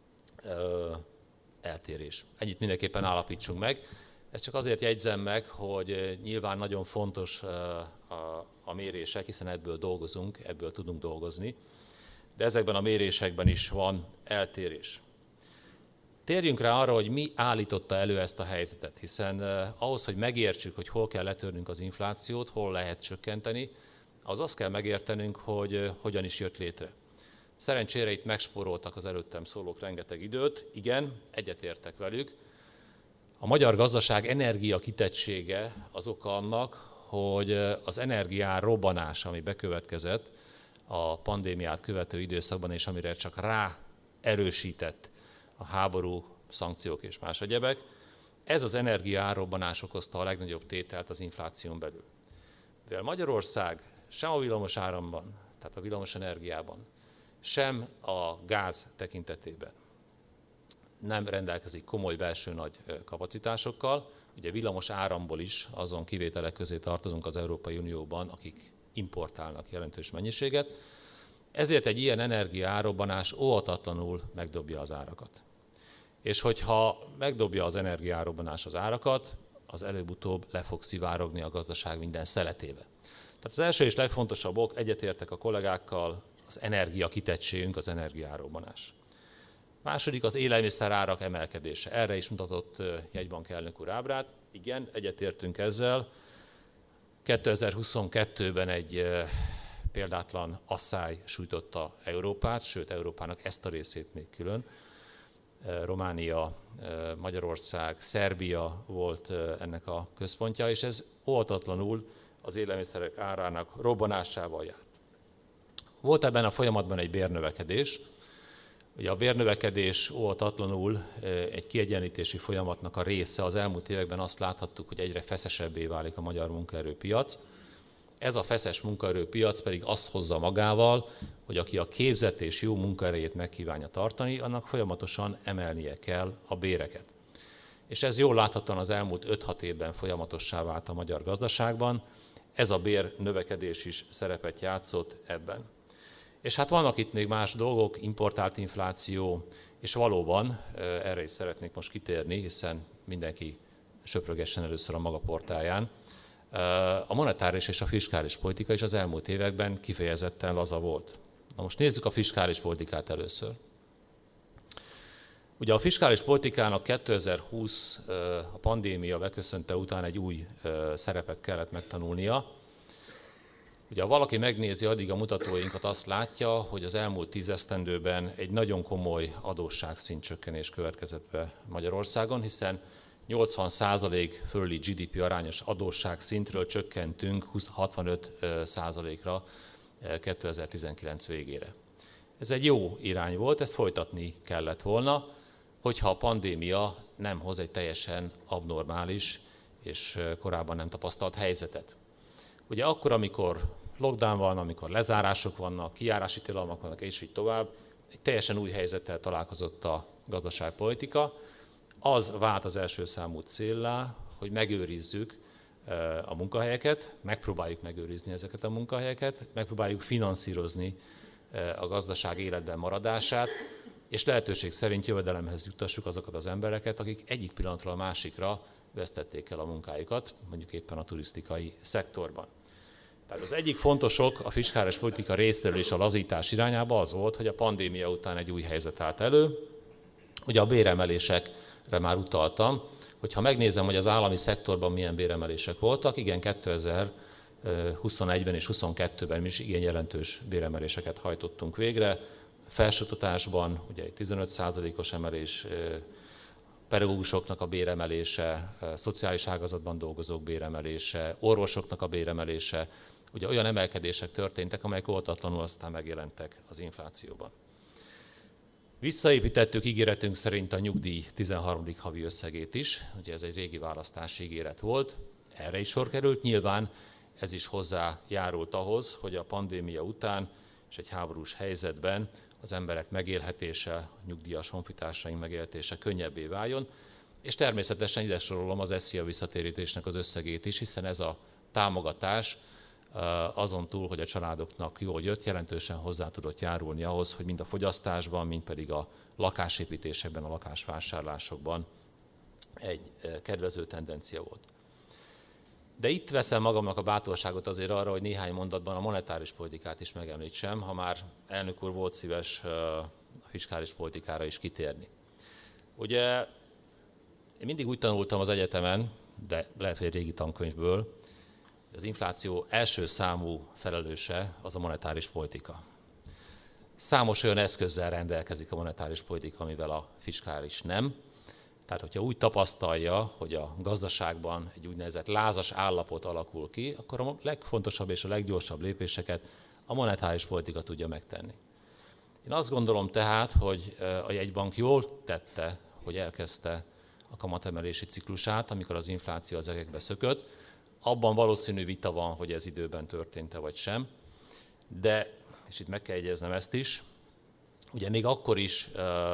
eltérés. Ennyit mindenképpen állapítsunk meg. Ezt csak azért jegyzem meg, hogy nyilván nagyon fontos a mérések, hiszen ebből dolgozunk, ebből tudunk dolgozni, de ezekben a mérésekben is van eltérés. Térjünk rá arra, hogy mi állította elő ezt a helyzetet, hiszen ahhoz, hogy megértsük, hogy hol kell letörnünk az inflációt, hol lehet csökkenteni, az azt kell megértenünk, hogy hogyan is jött létre. Szerencsére itt megspóroltak az előttem szólók rengeteg időt, igen, egyetértek velük. A magyar gazdaság energia kitettsége az oka annak, hogy az energiaár robbanás, ami bekövetkezett a pandémiát követő időszakban, és amire csak rá erősített a háború, szankciók és más egyebek, ez az energiaárrobbanás okozta a legnagyobb tételt az infláción belül. Mivel Magyarország sem a villamos áramban, tehát a villamos energiában, sem a gáz tekintetében nem rendelkezik komoly belső nagy kapacitásokkal, ugye villamos áramból is azon kivételek közé tartozunk az Európai Unióban, akik importálnak jelentős mennyiséget, ezért egy ilyen energiaárrobbanás óhatatlanul megdobja az árakat. És hogyha megdobja az energiaárrobbanás az árakat, az előbb-utóbb le fog szivárogni a gazdaság minden szeletébe. Tehát az első és legfontosabb ok, egyetértek a kollégákkal, az energia kitettségünk, az energiaárrobbanás. Második az élelmiszerárak emelkedése. Erre is mutatott jegybank elnök úr ábrát. Igen, egyetértünk ezzel. 2022-ben egy példátlan asszály sújtotta Európát, sőt Európának ezt a részét még külön. Románia, Magyarország, Szerbia volt ennek a központja, és ez óhatatlanul az élelmiszerek árának robbanásával járt. Volt ebben a folyamatban egy bérnövekedés. Ugye a bérnövekedés óhatatlanul egy kiegyenlítési folyamatnak a része. Az elmúlt években azt láthattuk, hogy egyre feszesebbé válik a magyar munkaerőpiac. Ez a feszes munkaerőpiac pedig azt hozza magával, hogy aki a képzett és jó munkaerejét megkívánja tartani, annak folyamatosan emelnie kell a béreket. És ez jól láthatóan az elmúlt 5-6 évben folyamatossá vált a magyar gazdaságban. Ez a bér növekedés is szerepet játszott ebben. És hát vannak itt még más dolgok, importált infláció, és valóban erre is szeretnék most kitérni, hiszen mindenki söprögessen először a maga portáján. A monetáris és a fiskális politika is az elmúlt években kifejezetten laza volt. Na most nézzük a fiskális politikát először. Ugye a fiskális politikának 2020 a pandémia beköszönte után egy új szerepet kellett megtanulnia. Ugye ha valaki megnézi addig a mutatóinkat, azt látja, hogy az elmúlt 10 esztendőben egy nagyon komoly adósságszint csökkenés következett be Magyarországon, hiszen 80% fölüli GDP arányos adósság szintről csökkentünk 65%-ra 2019 végére. Ez egy jó irány volt, ezt folytatni kellett volna, hogyha a pandémia nem hoz egy teljesen abnormális és korábban nem tapasztalt helyzetet. Ugye akkor, amikor lockdown van, amikor lezárások vannak, kijárási tilalmak vannak, és így tovább, egy teljesen új helyzettel találkozott a gazdaságpolitika. Az vált az első számú céllá, hogy megőrizzük a munkahelyeket, megpróbáljuk megőrizni ezeket a munkahelyeket, megpróbáljuk finanszírozni a gazdaság életben maradását, és lehetőség szerint jövedelemhez juttassuk azokat az embereket, akik egyik pillanatról a másikra vesztették el a munkájukat, mondjuk éppen a turisztikai szektorban. Tehát az egyik fontos ok a fiskális politika részéről és a lazítás irányába az volt, hogy a pandémia után egy új helyzet állt elő. Ugye a béremelésekre már utaltam, hogyha megnézem, hogy az állami szektorban milyen béremelések voltak, igen, 2021-ben és 2022-ben is igen jelentős béremeléseket hajtottunk végre. Felsőoktatásban ugye egy 15%-os emelés, pedagógusoknak a béremelése, szociális ágazatban dolgozók béremelése, orvosoknak a béremelése, ugye olyan emelkedések történtek, amelyek oltatlanul aztán megjelentek az inflációban. Visszaépítettük ígéretünk szerint a nyugdíj 13. havi összegét is, ugye ez egy régi választási ígéret volt, erre is sor került, nyilván ez is hozzájárult ahhoz, hogy a pandémia után és egy háborús helyzetben az emberek megélhetése, a nyugdíjas honfitársaink megélhetése könnyebbé váljon, és természetesen ide sorolom az SZIA visszatérítésnek az összegét is, hiszen ez a támogatás azon túl, hogy a családoknak jól jött, jelentősen hozzá tudott járulni ahhoz, hogy mind a fogyasztásban, mind pedig a lakásépítésekben, a lakásvásárlásokban egy kedvező tendencia volt. De itt veszem magamnak a bátorságot azért arra, hogy néhány mondatban a monetáris politikát is megemlítsem, ha már elnök úr volt szíves a fiskális politikára is kitérni. Ugye én mindig úgy tanultam az egyetemen, de lehet, hogy egy régi tankönyvből, az infláció első számú felelőse az a monetáris politika. Számos olyan eszközzel rendelkezik a monetáris politika, amivel a fiskális nem. Tehát, hogyha úgy tapasztalja, hogy a gazdaságban egy úgynevezett lázas állapot alakul ki, akkor a legfontosabb és a leggyorsabb lépéseket a monetáris politika tudja megtenni. Én azt gondolom tehát, hogy a jegybank jól tette, hogy elkezdte a kamatemelési ciklusát, amikor az infláció az egekbe szökött. Abban valószínű vita van, hogy ez időben történt-e vagy sem, de, és itt meg kell jegyeznem ezt is, ugye még akkor is,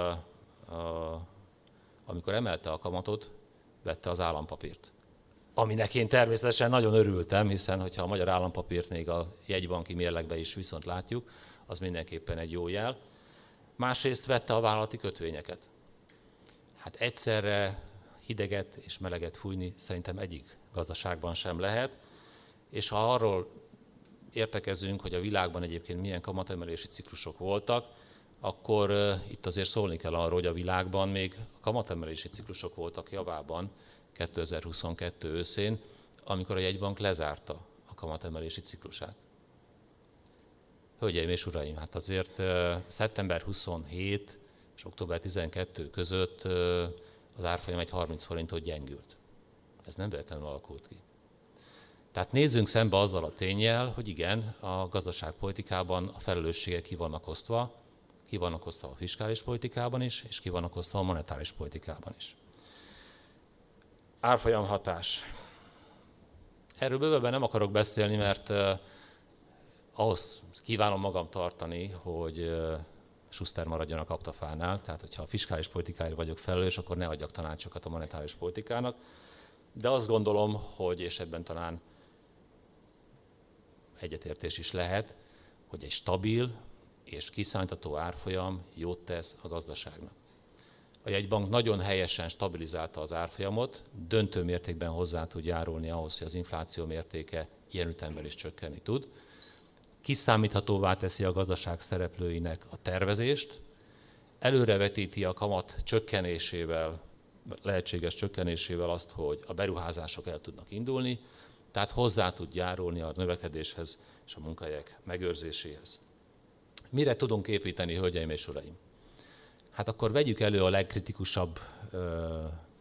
amikor emelte a kamatot, vette az állampapírt. Aminek én természetesen nagyon örültem, hiszen hogyha a magyar állampapírt még a jegybanki mérlegbe is viszont látjuk, az mindenképpen egy jó jel. Másrészt vette a vállalati kötvényeket. Hát egyszerre hideget és meleget fújni szerintem egyik gazdaságban sem lehet, és ha arról értekezünk, hogy a világban egyébként milyen kamatemelési ciklusok voltak, akkor itt azért szólni kell arról, hogy a világban még a kamatemelési ciklusok voltak javában 2022 őszén, amikor a jegybank lezárta a kamatemelési ciklusát. Hölgyeim és uraim, hát azért szeptember 27 és október 12 között az árfolyam egy 30 forintot gyengült. Ez nem véletlenül alakult ki. Tehát nézzünk szembe azzal a ténnyel, hogy igen, a gazdaságpolitikában a felelősségek ki vannak osztva a fiskális politikában is, és ki vannak osztva a monetáris politikában is. Árfolyamhatás. Erről bővebben nem akarok beszélni, mert ahhoz kívánom magam tartani, hogy Schuster maradjon a kaptafánál, tehát hogyha a fiskális politikáért vagyok felelős, akkor ne adjak tanácsokat a monetáris politikának. De azt gondolom, hogy, és ebben talán egyetértés is lehet, hogy egy stabil és kiszámítható árfolyam jót tesz a gazdaságnak. A jegybank nagyon helyesen stabilizálta az árfolyamot, döntő mértékben hozzá tud járulni ahhoz, hogy az infláció mértéke ilyen ütemben is csökkenni tud. Kiszámíthatóvá teszi a gazdaság szereplőinek a tervezést, előrevetíti a kamat csökkenésével, lehetséges csökkenésével azt, hogy a beruházások el tudnak indulni, tehát hozzá tud járulni a növekedéshez és a munkahelyek megőrzéséhez. Mire tudunk építeni, hölgyeim és uraim? Hát akkor vegyük elő a legkritikusabb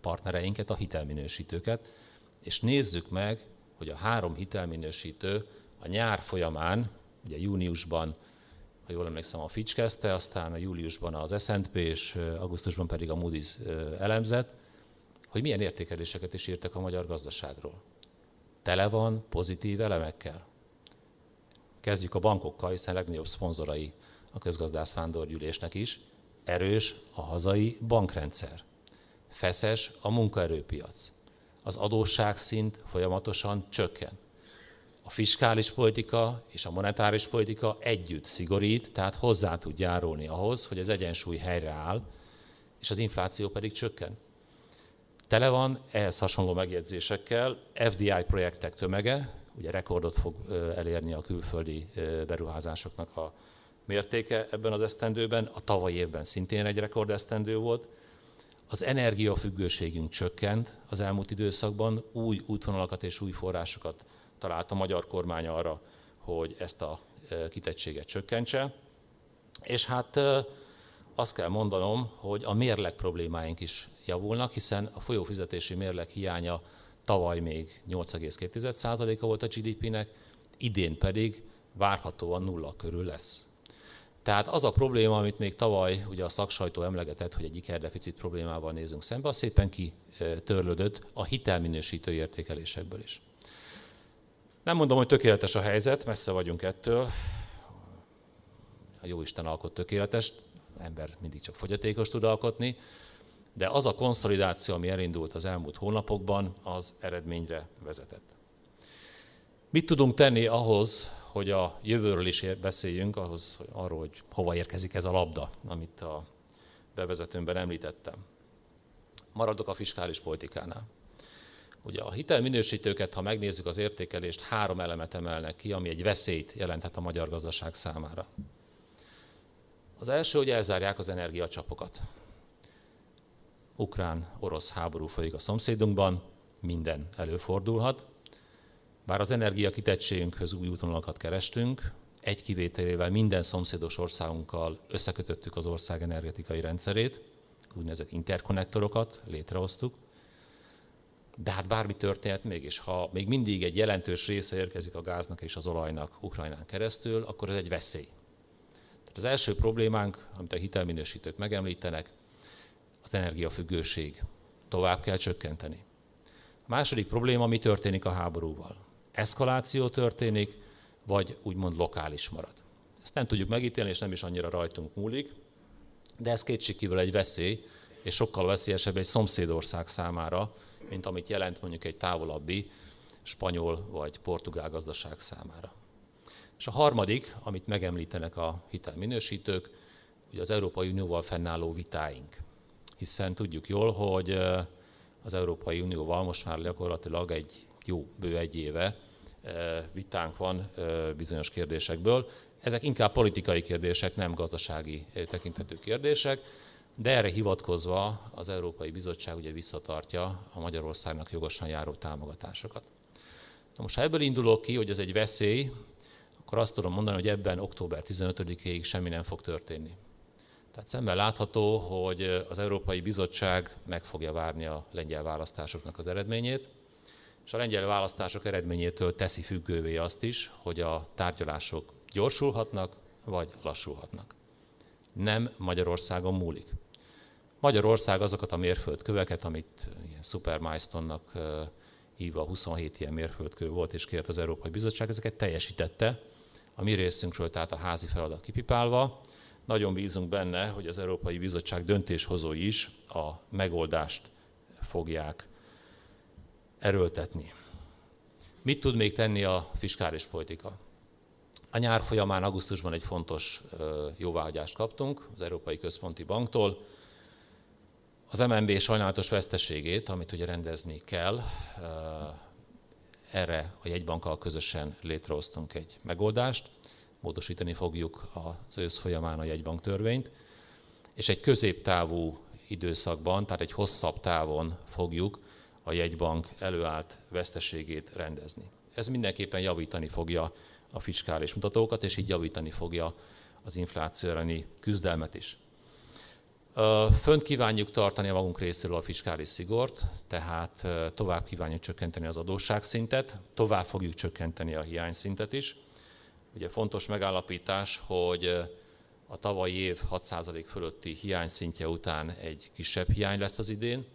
partnereinket, a hitelminősítőket, és nézzük meg, hogy a 3 hitelminősítő a nyár folyamán, ugye júniusban, ha jól emlékszem, a Fitch kezdte, aztán a júliusban az S&P, és augusztusban pedig a Moody's elemzett, hogy milyen értékeléseket is írtak a magyar gazdaságról. Tele van pozitív elemekkel. Kezdjük a bankokkal, hiszen legnagyobb szponzorai a közgazdász vándorgyűlésnek is. Erős a hazai bankrendszer. Feszes a munkaerőpiac. Az adósságszint folyamatosan csökken. A fiskális politika és a monetáris politika együtt szigorít, tehát hozzá tud járulni ahhoz, hogy az egyensúly helyreáll, és az infláció pedig csökken. Tele van ehhez hasonló megjegyzésekkel, FDI projektek tömege, ugye rekordot fog elérni a külföldi beruházásoknak a mértéke ebben az esztendőben, a tavalyi évben szintén egy rekord esztendő volt. Az energiafüggőségünk csökkent az elmúlt időszakban, új útvonalakat és új forrásokat talált a magyar kormány arra, hogy ezt a kitettséget csökkentse. És hát azt kell mondanom, hogy a mérleg problémáink is javulnak, hiszen a folyófizetési mérleg hiánya tavaly még 8,2%-a volt a GDP-nek, idén pedig várhatóan 0 körül lesz. Tehát az a probléma, amit még tavaly ugye a szaksajtó emlegetett, hogy egy ikerdeficit problémával nézünk szembe, az szépen kitörlődött a hitelminősítő értékelésekből is. Nem mondom, hogy tökéletes a helyzet, messze vagyunk ettől. A jóisten alkot tökéletes, ember mindig csak fogyatékos tud alkotni, de az a konszolidáció, ami elindult az elmúlt hónapokban, az eredményre vezetett. Mit tudunk tenni ahhoz, hogy a jövőről is beszéljünk, arról, hogy hova érkezik ez a labda, amit a bevezetőmben említettem. Maradok a fiskális politikánál. Ugye a hitelminősítőket, ha megnézzük az értékelést, 3 elemet emelnek ki, ami egy veszélyt jelenthet a magyar gazdaság számára. Az első, hogy elzárják az energiacsapokat. Ukrán-orosz háború folyik a szomszédunkban, minden előfordulhat. Bár az energiakitettségünkhöz új útvonalakat kerestünk, egy kivételével minden szomszédos országunkkal összekötöttük az ország energetikai rendszerét, úgynevezett interkonnektorokat létrehoztuk, de hát bármi történhet mégis, ha még mindig egy jelentős része érkezik a gáznak és az olajnak Ukrajnán keresztül, akkor ez egy veszély. Tehát az első problémánk, amit a hitelminősítők megemlítenek, az energiafüggőség. Tovább kell csökkenteni. A második probléma, mi történik a háborúval? Eszkaláció történik, vagy úgymond lokális marad. Ezt nem tudjuk megítélni, és nem is annyira rajtunk múlik, de ez kétségkívül egy veszély, és sokkal veszélyesebb egy szomszédország számára, mint amit jelent mondjuk egy távolabbi spanyol vagy portugál gazdaság számára. És a harmadik, amit megemlítenek a hitelminősítők, ugye az Európai Unióval fennálló vitáink. Hiszen tudjuk jól, hogy az Európai Unióval most már gyakorlatilag egy jó bő egy éve vitánk van bizonyos kérdésekből. Ezek inkább politikai kérdések, nem gazdasági tekintetű kérdések, de erre hivatkozva az Európai Bizottság ugye visszatartja a Magyarországnak jogosan járó támogatásokat. Na most, ha ebből indulok ki, hogy ez egy veszély, akkor azt tudom mondani, hogy ebben október 15-ig semmi nem fog történni. Tehát szemben látható, hogy az Európai Bizottság meg fogja várni a lengyel választásoknak az eredményét, és a lengyel választások eredményétől teszi függővé azt is, hogy a tárgyalások gyorsulhatnak, vagy lassulhatnak. Nem Magyarországon múlik. Magyarország azokat a mérföldköveket, amit ilyen Super Milestone-nak hívva 27 ilyen mérföldkő volt, és kért az Európai Bizottság, ezeket teljesítette. A mi részünkről, tehát a házi feladat kipipálva. Nagyon bízunk benne, hogy az Európai Bizottság döntéshozói is a megoldást fogják erőltetni. Mit tud még tenni a fiskális politika? A nyár folyamán augusztusban egy fontos jóváhagyást kaptunk az Európai Központi Banktól. Az MNB sajnálatos veszteségét, amit ugye rendezni kell, erre a jegybankkal közösen létrehoztunk egy megoldást. Módosítani fogjuk az ősz folyamán a jegybanktörvényt, és egy középtávú időszakban, tehát egy hosszabb távon fogjuk a jegybank előállt veszteségét rendezni. Ez mindenképpen javítani fogja a fiskális mutatókat, és így javítani fogja az infláció elleni küzdelmet is. Fönt kívánjuk tartani a magunk részéről a fiskális szigort, tehát tovább kívánjuk csökkenteni az adósságszintet, tovább fogjuk csökkenteni a hiányszintet is. Ugye fontos megállapítás, hogy a tavalyi év 6% fölötti hiányszintje után egy kisebb hiány lesz az idén.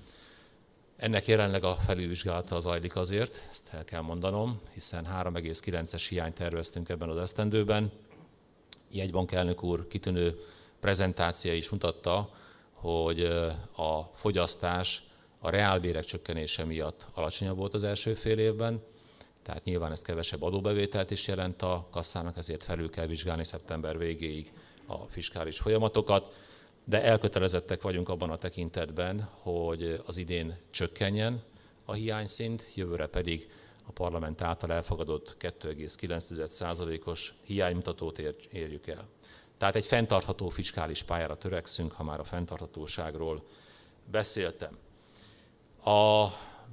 Ennek jelenleg a felülvizsgálata zajlik azért, ezt el kell mondanom, hiszen 3,9-es hiányt terveztünk ebben az esztendőben. Jegybank elnök úr kitűnő prezentáció is mutatta, hogy a fogyasztás a reálbérek csökkenése miatt alacsonyabb volt az első fél évben, tehát nyilván ez kevesebb adóbevételt is jelent a kasszának, ezért felül kell vizsgálni szeptember végéig a fiskális folyamatokat, de elkötelezettek vagyunk abban a tekintetben, hogy az idén csökkenjen a hiányszint, jövőre pedig a parlament által elfogadott 2,9%-os hiánymutatót érjük el. Tehát egy fenntartható fiskális pályára törekszünk, ha már a fenntarthatóságról beszéltem. A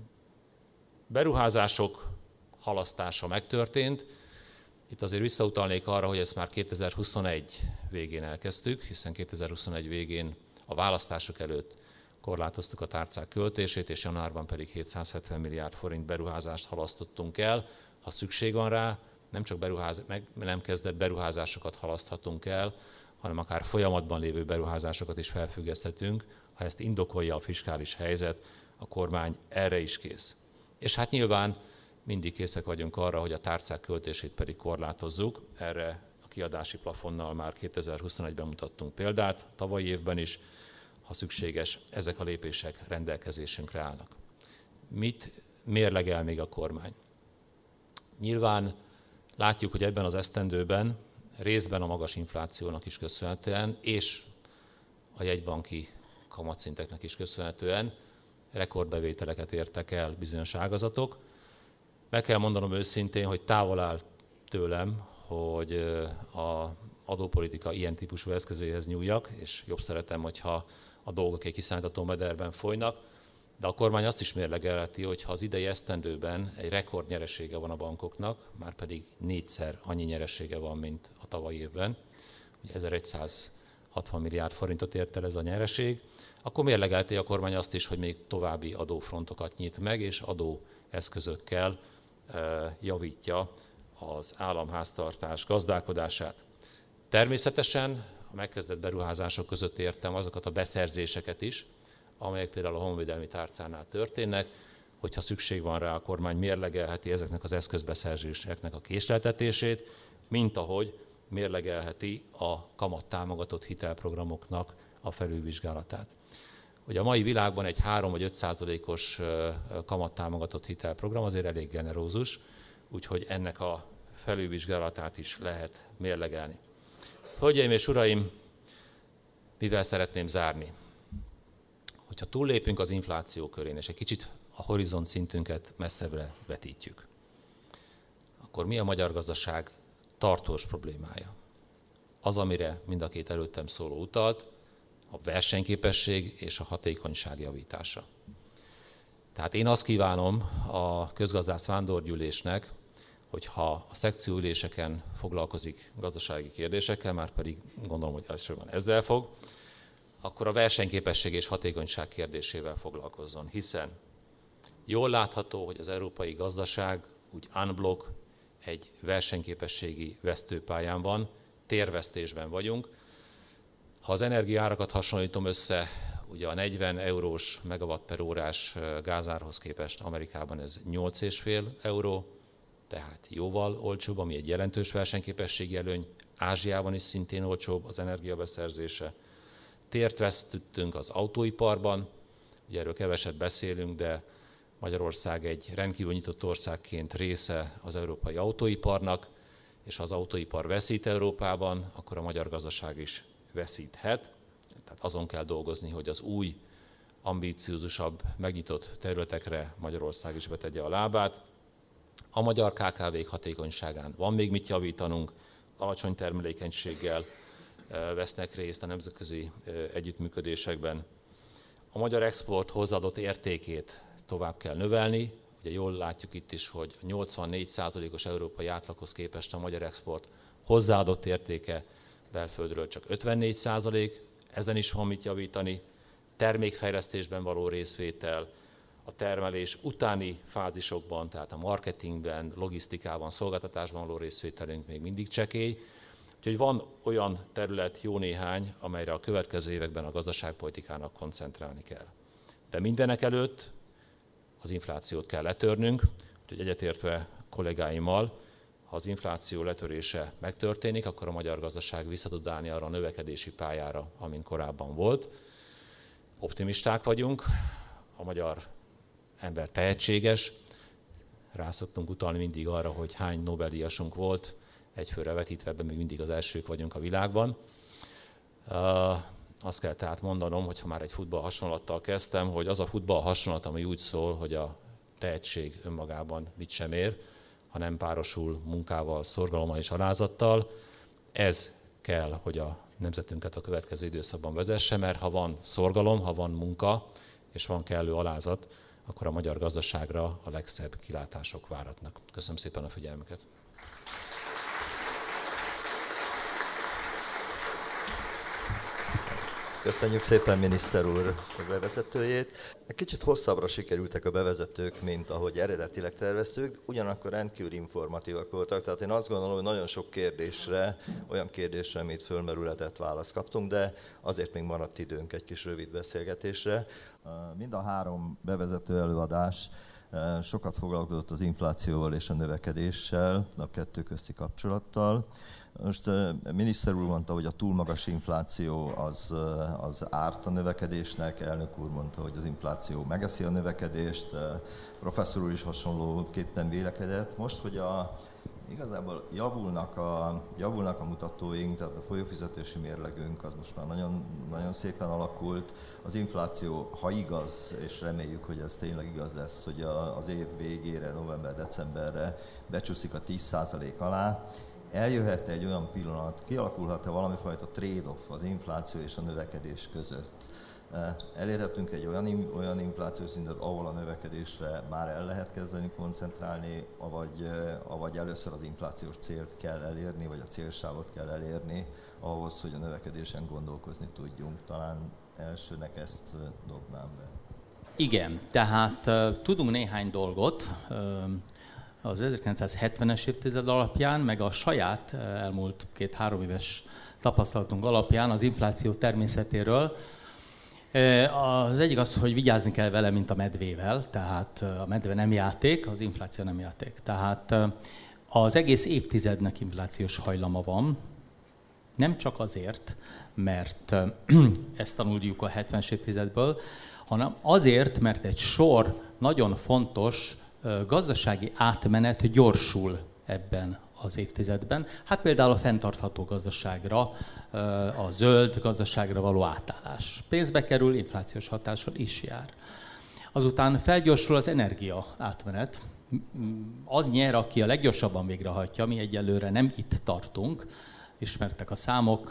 beruházások halasztása megtörtént. Itt azért visszautalnék arra, hogy ezt már 2021 végén elkezdtük, hiszen 2021 végén a választások előtt korlátoztuk a tárcák költését, és januárban pedig 770 milliárd forint beruházást halasztottunk el. Ha szükség van rá, nem csak nem kezdett beruházásokat halaszthatunk el, hanem akár folyamatban lévő beruházásokat is felfüggeszthetünk. Ha ezt indokolja a fiskális helyzet, a kormány erre is kész. És hát nyilván mindig készek vagyunk arra, hogy a tárcák költését pedig korlátozzuk. Erre a kiadási plafonnal már 2021-ben mutattunk példát, tavalyi évben is, ha szükséges, ezek a lépések rendelkezésünkre állnak. Mit mérlegel még a kormány? Nyilván látjuk, hogy ebben az esztendőben részben a magas inflációnak is köszönhetően, és a jegybanki kamatszinteknek is köszönhetően rekordbevételeket értek el bizonyos ágazatok. Meg kell mondanom őszintén, hogy távol áll tőlem, hogy az adópolitika ilyen típusú eszközéhez nyúljak, és jobb szeretem, hogyha a dolgok egy kiszámítható mederben folynak, de a kormány azt is mérlegelheti, hogy ha az idei esztendőben egy rekordnyeresége van a bankoknak, már pedig 4-szer annyi nyeresége van, mint a tavalyi évben, ugye 1160 milliárd forintot ért el ez a nyereség, akkor mérlegelheti a kormány azt is, hogy még további adófrontokat nyit meg, és adóeszközökkel javítja az államháztartás gazdálkodását. Természetesen a megkezdett beruházások között értem azokat a beszerzéseket is, amelyek például a honvédelmi tárcánál történnek, hogyha szükség van rá, a kormány mérlegelheti ezeknek az eszközbeszerzéseknek a késleltetését, mint ahogy mérlegelheti a kamattámogatott hitelprogramoknak a felülvizsgálatát. Ugye a mai világban egy 3 vagy 5%-os kamattámogatott hitelprogram azért elég generózus, úgyhogy ennek a felülvizsgálatát is lehet mérlegelni. Hölgyeim és uraim, mivel szeretném zárni? Hogyha túllépünk az infláció körén, és egy kicsit a horizont szintünket messzebbre vetítjük, akkor mi a magyar gazdaság tartós problémája? Az, amire mind a két előttem szóló utalt, a versenyképesség és a hatékonyság javítása. Tehát én azt kívánom a közgazdász vándorgyűlésnek, hogyha a szekcióüléseken foglalkozik gazdasági kérdésekkel, már pedig gondolom, hogy elsősorban ezzel fog, akkor a versenyképesség és hatékonyság kérdésével foglalkozzon, hiszen jól látható, hogy az európai gazdaság úgy unblock egy versenyképességi vesztőpályán van, térvesztésben vagyunk. Ha az energiaárakat hasonlítom össze, ugye a 40 eurós megawatt per órás gázárhoz képest Amerikában ez 8,5 euró, tehát jóval olcsóbb, ami egy jelentős versenyképességi előny. Ázsiában is szintén olcsóbb az energiabeszerzése. Tért vesztettünk az autóiparban, ugye erről keveset beszélünk, de Magyarország egy rendkívül nyitott országként része az európai autóiparnak, és ha az autóipar veszít Európában, akkor a magyar gazdaság is veszíthet. Tehát azon kell dolgozni, hogy az új, ambíciózusabb, megnyitott területekre Magyarország is betegye a lábát. A magyar KKV-k hatékonyságán van még mit javítanunk, alacsony termelékenységgel vesznek részt a nemzetközi együttműködésekben. A magyar export hozzáadott értékét tovább kell növelni. Ugye jól látjuk itt is, hogy 84%-os európai átlaghoz képest a magyar export hozzáadott értéke belföldről csak 54%, ezen is van mit javítani, termékfejlesztésben való részvétel, a termelés utáni fázisokban, tehát a marketingben, logisztikában, szolgáltatásban való részvételünk még mindig csekély. Úgyhogy van olyan terület, jó néhány, amelyre a következő években a gazdaságpolitikának koncentrálni kell. De mindenek előtt az inflációt kell letörnünk, úgyhogy egyetértve kollégáimmal, ha az infláció letörése megtörténik, akkor a magyar gazdaság vissza tud állni arra a növekedési pályára, amin korábban volt. Optimisták vagyunk, a magyar ember tehetséges, rá szoktunk utalni mindig arra, hogy hány Nobel-díjasunk volt, egyfőre vetítve, ebben még mindig az elsők vagyunk a világban. Azt kell tehát mondanom, hogy ha már egy futball hasonlattal kezdtem, hogy az a futball hasonlat, ami úgy szól, hogy a tehetség önmagában mit sem ér, ha nem párosul munkával, szorgalommal és alázattal, ez kell, hogy a nemzetünket a következő időszakban vezesse, mert ha van szorgalom, ha van munka, és van kellő alázat, akkor a magyar gazdaságra a legszebb kilátások váratnak. Köszönöm szépen a figyelmüket! Köszönjük szépen, miniszter úr, a bevezetőjét. Egy kicsit hosszabbra sikerültek a bevezetők, mint ahogy eredetileg terveztük, ugyanakkor rendkívül informatívak voltak, tehát én azt gondolom, hogy nagyon sok kérdésre, olyan kérdésre, amit fölmerületett, választ kaptunk, de azért még maradt időnk egy kis rövid beszélgetésre. Mind a három bevezető előadás sokat foglalkozott az inflációval és a növekedéssel, a kettő közti kapcsolattal. Most a miniszter úr mondta, hogy a túl magas infláció az árt a növekedésnek, elnök úr mondta, hogy az infláció megeszi a növekedést, professzor úr is hasonlóképpen vélekedett. Most, hogy igazából javulnak a mutatóink, tehát a folyófizetési mérlegünk az most már nagyon, nagyon szépen alakult. Az infláció, ha igaz, és reméljük, hogy ez tényleg igaz lesz, hogy az év végére, november-decemberre becsúszik a 10% alá, eljöhet egy olyan pillanat, kialakulhat-e valami fajta trade-off az infláció és a növekedés között. Elérhetünk egy olyan inflációs szintet, ahol a növekedésre már el lehet kezdeni koncentrálni, avagy először az inflációs célt kell elérni, vagy a célsávot kell elérni ahhoz, hogy a növekedésen gondolkozni tudjunk. Talán elsőnek ezt dobnám be. Igen, tehát tudunk néhány dolgot az 1970-es évtized alapján, meg a saját elmúlt 2-3 éves tapasztalatunk alapján az infláció természetéről. Az egyik az, hogy vigyázni kell vele, mint a medvével, tehát a medve nem játék, az infláció nem játék. Tehát az egész évtizednek inflációs hajlama van, nem csak azért, mert ezt tanuljuk a 70-es évtizedből, hanem azért, mert egy sor nagyon fontos gazdasági átmenet gyorsul ebben az évtizedben. Hát például a fenntartható gazdaságra, a zöld gazdaságra való átállás. Pénzbe kerül, inflációs hatással is jár. Azután felgyorsul az energia átmenet. Az nyer, aki a leggyorsabban végrehajtja, mi egyelőre nem itt tartunk. Ismertek a számok,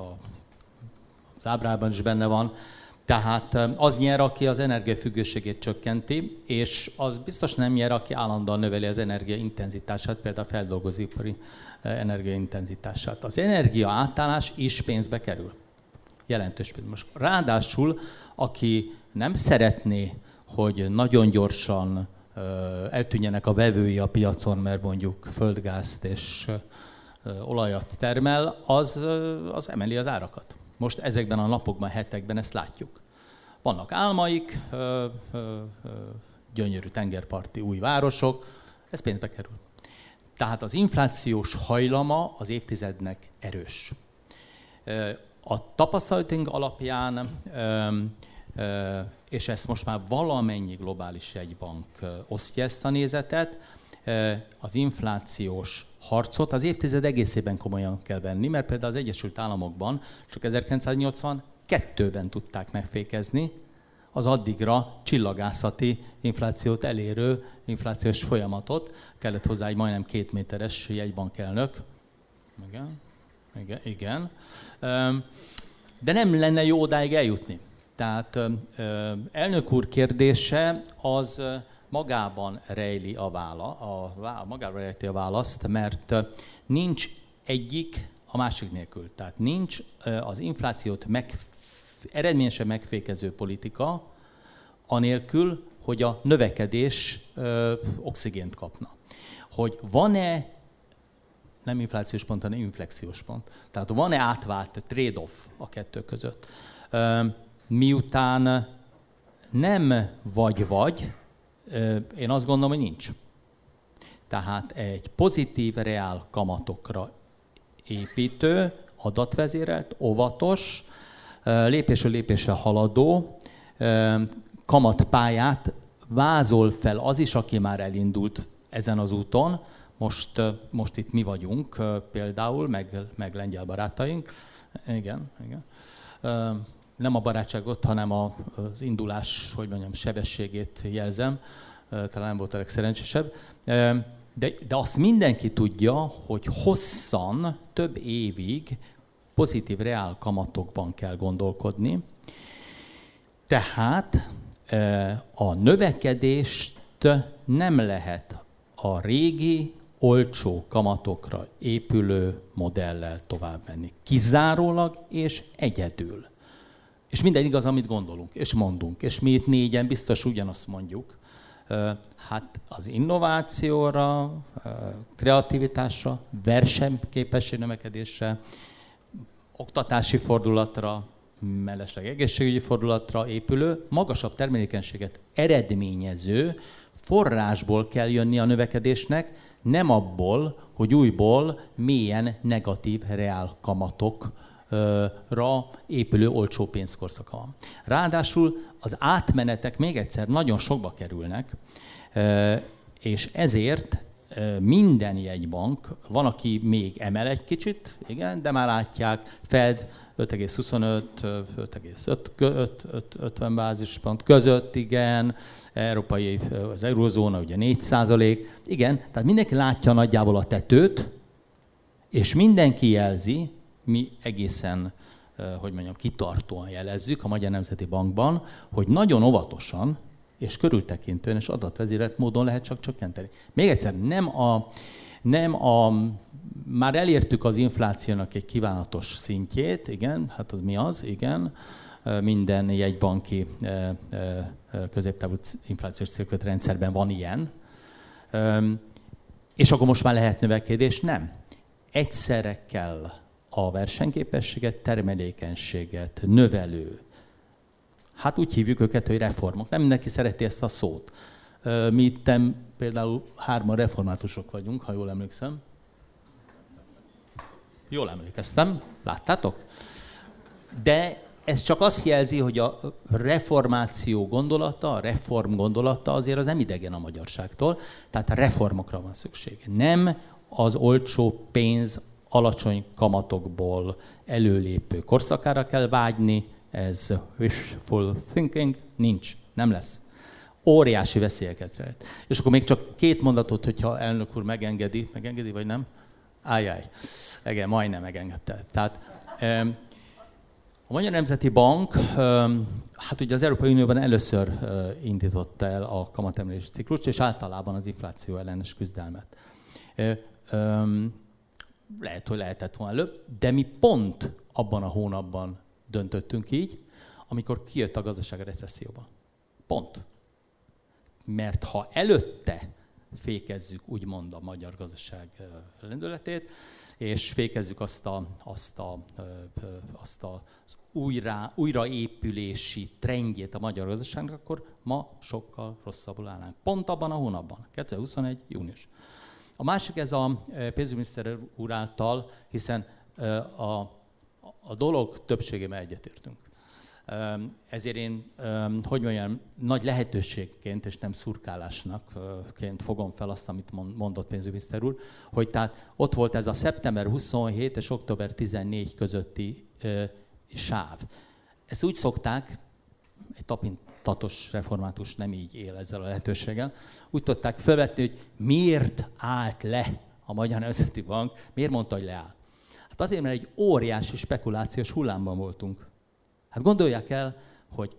az ábrában is benne van. Tehát az nyer, aki az energiafüggőségét csökkenti, és az biztos nem nyer, aki állandóan növeli az energiaintenzitását, például a feldolgozóipari energiaintenzitását. Az energia átállás is pénzbe kerül. Jelentős pénz. Most ráadásul, aki nem szeretné, hogy nagyon gyorsan eltűnjenek a vevői a piacon, mert mondjuk földgázt és olajat termel, az emeli az árakat. Most ezekben a napokban, hetekben ezt látjuk. Vannak álmaik, gyönyörű tengerparti új városok, ez pénzbe kerül. Tehát az inflációs hajlama az évtizednek erős. A tapasztalatunk alapján, és ezt most már valamennyi globális jegybank osztja ezt a nézetet, az inflációs harcot az évtized egészében komolyan kell venni, mert például az Egyesült Államokban csak 1982-ben tudták megfékezni az addigra csillagászati inflációt elérő inflációs folyamatot. Kellett hozzá egy majdnem 2 méteres jegybankelnök. Igen. De nem lenne jó odáig eljutni. Tehát elnök úr kérdése az magában rejli a választ, mert nincs egyik a másik nélkül. Tehát nincs az inflációt eredményesen megfékező politika, anélkül, hogy a növekedés oxigént kapna. Hogy van-e, nem inflációs pont, hanem inflexiós pont. Tehát van-e átvált trade-off a kettő között. Miután nem vagy, én azt gondolom, hogy nincs. Tehát egy pozitív reál kamatokra építő, adatvezérelt, óvatos, lépésről lépésre haladó kamatpályát vázol fel az is, aki már elindult ezen az úton. Most itt mi vagyunk például, meg lengyel barátaink. Igen. Nem a barátságot, hanem az indulás, sebességét jelzem. Talán nem volt a legszerencsésebb. De azt mindenki tudja, hogy hosszan, több évig pozitív reál kamatokban kell gondolkodni. Tehát a növekedést nem lehet a régi, olcsó kamatokra épülő modellel tovább menni. Kizárólag és egyedül. És minden igaz, amit gondolunk és mondunk. És mi itt négyen biztos ugyanazt mondjuk. Hát az innovációra, kreativitásra, versenyképesség növekedésre, oktatási fordulatra, mellesleg egészségügyi fordulatra épülő, magasabb termelékenységet eredményező forrásból kell jönni a növekedésnek, nem abból, hogy újból mélyen negatív reál kamatokra épülő olcsó pénzkorszaka van. Ráadásul az átmenetek még egyszer nagyon sokba kerülnek, és ezért minden jegybank, van, aki még emel egy kicsit, igen, de már látják, Fed 5,25, 5,50 bázispont között, igen, az eurozóna ugye 4%, igen, tehát mindenki látja nagyjából a tetőt, és mindenki jelzi, mi egészen, kitartóan jelezzük a Magyar Nemzeti Bankban, hogy nagyon óvatosan és körültekintően és adatvezérelt módon lehet csak csökkenteni. Még egyszer, már elértük az inflációnak egy kívánatos szintjét, igen, hát az mi az, igen, minden jegybanki középtávú inflációs célkötvényrendszerben van ilyen, és akkor most már lehet növekedés? Nem. Egyszerre kell a versenyképességet, termelékenységet növelő, hát úgy hívjuk őket, hogy reformok. Nem mindenki szereti ezt a szót. Mi itt például 3 reformátusok vagyunk, ha jól emlékszem. Jól emlékeztem, láttátok? De ez csak azt jelzi, hogy a reformáció gondolata, a reform gondolata azért az nem idegen a magyarságtól, tehát a reformokra van szükség. Nem az olcsó pénz alacsony kamatokból előlépő korszakára kell vágyni, ez wishful thinking, nincs, nem lesz. Óriási veszélyeket rejt. És akkor még csak 2 mondatot, hogyha elnök úr megengedi vagy nem? Igen, majdnem megengedte. Tehát a Magyar Nemzeti Bank, hát ugye az Európai Unióban először indította el a kamatemelési ciklust, és általában az infláció ellenes küzdelmet. Lehet, hogy lehetett volna előbb, de mi pont abban a hónapban döntöttünk így, amikor kijött a gazdaság a recesszióba. Pont. Mert ha előtte fékezzük úgymond a magyar gazdaság lendületét, és fékezzük azt az újraépülési trendjét a magyar gazdaságnak, akkor ma sokkal rosszabbul állnánk. Pont abban a hónapban, 2021. június. A másik ez a pénzügyminiszter úr által, hiszen a dolog többségében egyetértünk. Ezért én, nagy lehetőségként és nem szurkálásnak fogom fel azt, amit mondott pénzügyminiszter úr, hogy tehát ott volt ez a szeptember 27 és október 14 közötti sáv. Ezt úgy szokták, egy tapintatos református nem így él ezzel a lehetőséggel, úgy tudták felvetni, hogy miért állt le a Magyar Nemzeti Bank, miért mondta, hogy leáll. Hát azért, mert egy óriási spekulációs hullámban voltunk. Hát gondolják el, hogy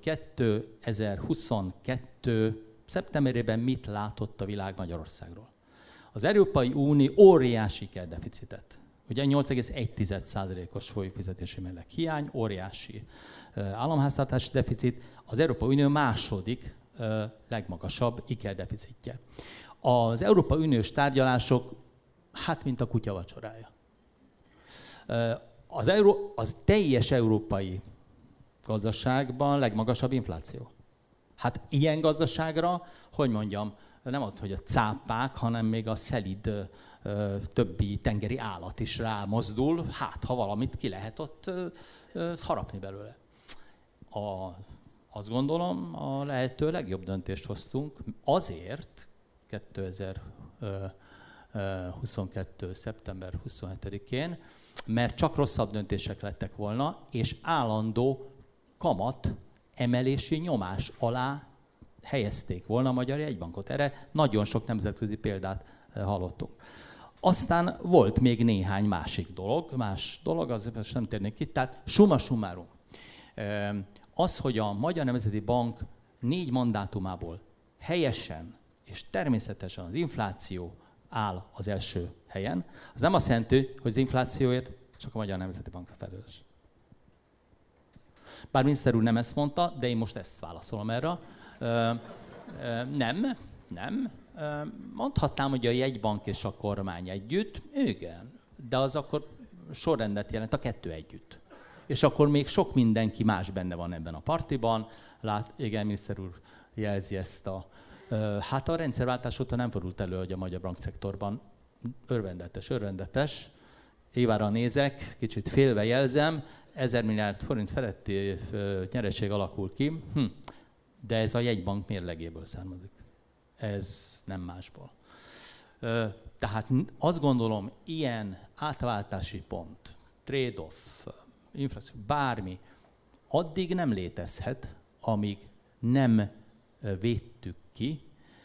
2022. szeptemberében mit látott a világ Magyarországról. Az Európai Unió óriási sikerdeficitet Ugye 8,1%-os folyófizetési mérleg hiány, óriási államháztartási deficit, az Európai Unió második legmagasabb ikerdeficitje. Az Európai Uniós tárgyalások, hát mint a kutya vacsorája. Az teljes európai gazdaságban legmagasabb infláció. Hát ilyen gazdaságra, hogy mondjam, nem az, hogy a cápák, hanem még a szelíd többi tengeri állat is rámozdul, hát ha valamit ki lehet ott harapni belőle. Azt gondolom, a lehető legjobb döntést hoztunk azért 2022. szeptember 27-én, mert csak rosszabb döntések lettek volna, és állandó kamat emelési nyomás alá helyezték volna a Magyar Jegybankot. Erre nagyon sok nemzetközi példát hallottunk. Aztán volt még néhány más dolog, az nem térnék ki, tehát summa summarum. Az, hogy a Magyar Nemzeti Bank 4 mandátumából helyesen és természetesen az infláció áll az első helyen, az nem azt jelenti, hogy az inflációért csak a Magyar Nemzeti Bank felelős. Bár miniszter úr nem ezt mondta, de én most ezt válaszolom erre. Nem. Mondhatnám, hogy a jegybank és a kormány együtt, igen, de az akkor sorrendet jelent a 2 együtt. És akkor még sok mindenki más benne van ebben a partiban. Igen, miniszter úr jelzi ezt hát a rendszerváltás óta nem fordult elő, hogy a magyar bankszektorban örvendetes. Évára nézek, kicsit félve jelzem, 1000 milliárd forint feletti nyereség alakul ki, de ez a jegybank mérlegéből származik. Ez nem másból. Tehát azt gondolom, ilyen átváltási pont, trade-off, infláció, bármi, addig nem létezhet, amíg nem védtük ki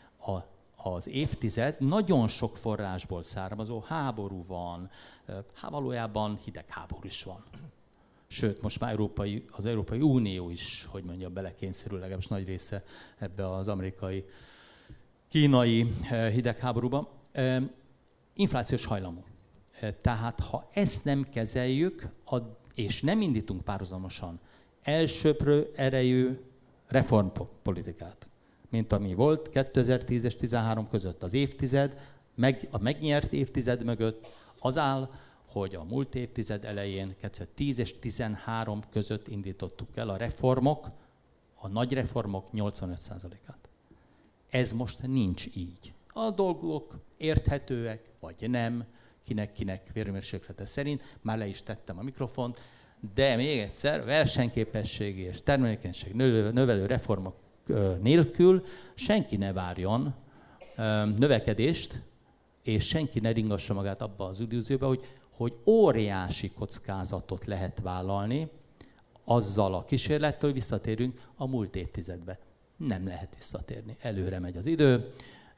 az évtized nagyon sok forrásból származó háború van, valójában hidegháború is van. Sőt, most már az Európai Unió is, hogy mondjam, belekényszerül legalábbis nagy része ebbe az amerikai-kínai hidegháborúba. Inflációs hajlamú. Tehát ha ezt nem kezeljük, és nem indítunk párhuzamosan elsöprő erejű reformpolitikát, mint ami volt 2010 és 2013 között. Az évtized, a megnyert évtized mögött az áll, hogy a múlt évtized elején, 2010 és 2013 között indítottuk el a reformok, a nagy reformok 85%-át. Ez most nincs így. A dolgok érthetőek, vagy nem, kinek vérmérséklete szerint, már le is tettem a mikrofont, de még egyszer, versenyképességi és termelékenység növelő reformok nélkül senki ne várjon növekedést, és senki ne ringassa magát abba az illúzióba, hogy óriási kockázatot lehet vállalni azzal a kísérlettől, hogy visszatérünk a múlt évtizedbe. Nem lehet visszatérni. Előre megy az idő,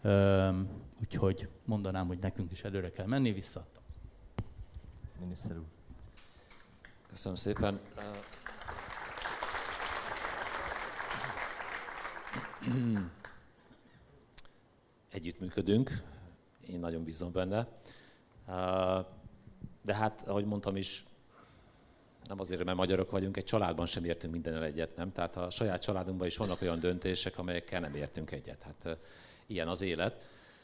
úgyhogy mondanám, hogy nekünk is előre kell menni, visszaadtam. Miniszter úr. Köszönöm szépen. Együttműködünk, én nagyon bízom benne. De hát, ahogy mondtam is, nem azért, mert magyarok vagyunk, egy családban sem értünk mindennel egyet, nem? Tehát a saját családunkban is vannak olyan döntések, amelyekkel nem értünk egyet. Hát ilyen az élet.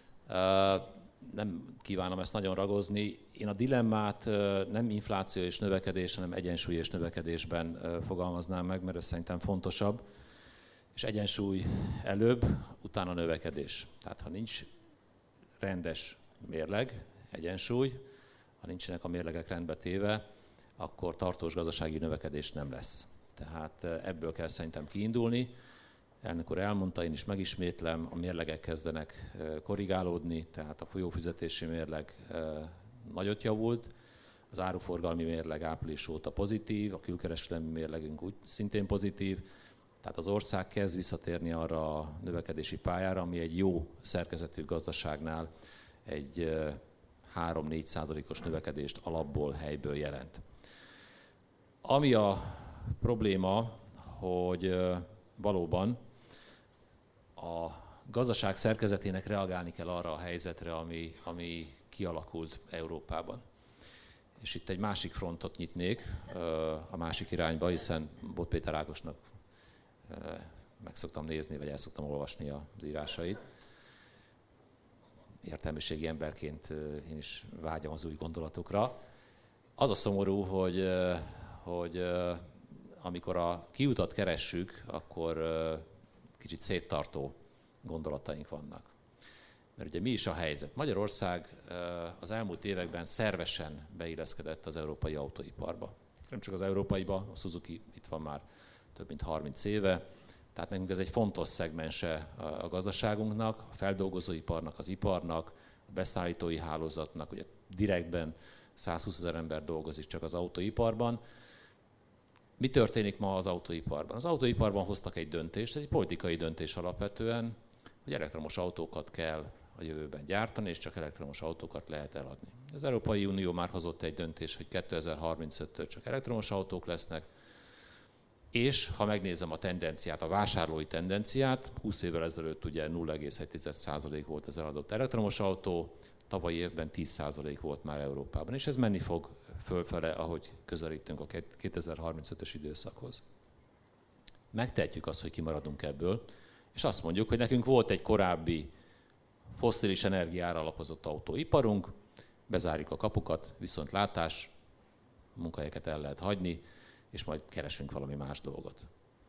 Nem kívánom ezt nagyon ragozni. Én a dilemmát nem infláció és növekedés, hanem egyensúly és növekedésben fogalmaznám meg, mert ez szerintem fontosabb. És egyensúly előbb, utána növekedés. Tehát ha nincs rendes mérleg, egyensúly, ha nincsenek a mérlegek rendbe téve, akkor tartós gazdasági növekedés nem lesz. Tehát ebből kell szerintem kiindulni. Elnök úr elmondta, én is megismétlem, a mérlegek kezdenek korrigálódni, tehát a folyófizetési mérleg nagyot javult, az áruforgalmi mérleg április óta pozitív, a külkereskedelmi mérlegünk úgy szintén pozitív, tehát az ország kezd visszatérni arra a növekedési pályára, ami egy jó szerkezetű gazdaságnál egy 3-4%-os növekedést alapból, helyből jelent. Ami a probléma, hogy valóban a gazdaság szerkezetének reagálni kell arra a helyzetre, ami kialakult Európában. És itt egy másik frontot nyitnék a másik irányba, hiszen Bot Péter Ágosnak meg szoktam nézni, vagy el szoktam olvasni az írásait. Értelmiségi emberként én is vágyam az új gondolatokra. Az a szomorú, hogy amikor a kiutat keressük, akkor kicsit széttartó gondolataink vannak. Mert ugye mi is a helyzet? Magyarország az elmúlt években szervesen beilleszkedett az európai autóiparba. Nem csak az európaiba, a Suzuki itt van már több mint 30 éve, tehát nekünk ez egy fontos szegmense a gazdaságunknak, a feldolgozóiparnak, az iparnak, a beszállítói hálózatnak, ugye direktben 120 000 ember dolgozik csak az autóiparban. Mi történik ma az autóiparban? Az autóiparban hoztak egy döntést, ez egy politikai döntés alapvetően, hogy elektromos autókat kell a jövőben gyártani, és csak elektromos autókat lehet eladni. Az Európai Unió már hozott egy döntés, hogy 2035-től csak elektromos autók lesznek, és ha megnézem a tendenciát, a vásárlói tendenciát, 20 évvel ezelőtt ugye 0,1% volt az eladott elektromos autó, tavalyi évben 10% volt már Európában, és ez menni fog fölfele, ahogy közelítünk a 2035-ös időszakhoz. Megtehetjük azt, hogy kimaradunk ebből, és azt mondjuk, hogy nekünk volt egy korábbi fosszilis energiára alapozott autóiparunk, bezárjuk a kapukat, viszontlátás, munkahelyeket el lehet hagyni, és majd keresünk valami más dolgot.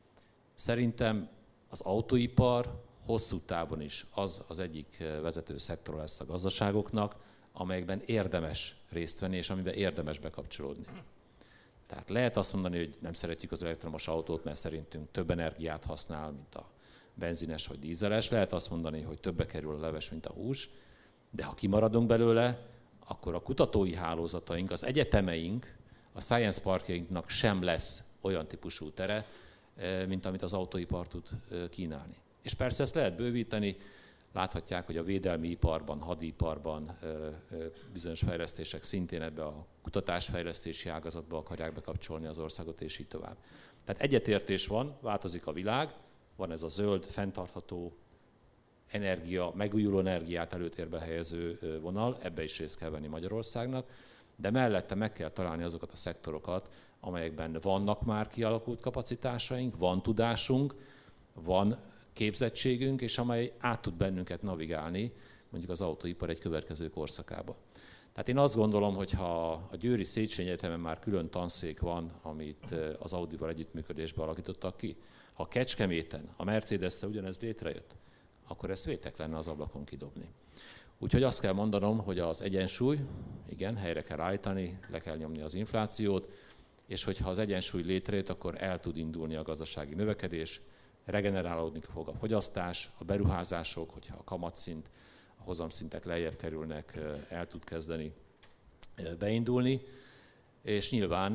Szerintem az autóipar hosszú távon is az egyik vezető szektor lesz a gazdaságoknak, amelyekben érdemes részt venni, és amiben érdemes bekapcsolódni. Tehát lehet azt mondani, hogy nem szeretjük az elektromos autót, mert szerintünk több energiát használ, mint a benzines vagy dízeles. Lehet azt mondani, hogy többe kerül a leves, mint a hús, de ha kimaradunk belőle, akkor a kutatói hálózataink, az egyetemeink, a science parkjainknak sem lesz olyan típusú tere, mint amit az autóipar tud kínálni. És persze ezt lehet bővíteni, láthatják, hogy a védelmi iparban, hadiparban bizonyos fejlesztések szintén ebbe a kutatásfejlesztési ágazatba akarják bekapcsolni az országot, és így tovább. Tehát egyetértés van, változik a világ, van ez a zöld, fenntartható energia, megújuló energiát előtérbe helyező vonal, ebbe is részt kell venni Magyarországnak, de mellette meg kell találni azokat a szektorokat, amelyekben vannak már kialakult kapacitásaink, van tudásunk, van képzettségünk, és amely át tud bennünket navigálni, mondjuk az autóipar egy következő korszakába. Tehát én azt gondolom, hogy ha a Győri Széchenyi Egyetemen már külön tanszék van, amit az Audival együttműködésben alakítottak ki, ha Kecskeméten, a Mercedes-szel ugyanez létrejött, akkor ezt vétek lenne az ablakon kidobni. Úgyhogy azt kell mondanom, hogy az egyensúly, igen, helyre kell állítani, le kell nyomni az inflációt, és hogyha az egyensúly létrejött, akkor el tud indulni a gazdasági növekedés, regenerálódni fog a fogyasztás, a beruházások, hogyha a kamatszint, a hozamszintek lejjebb kerülnek, el tud kezdeni beindulni, és nyilván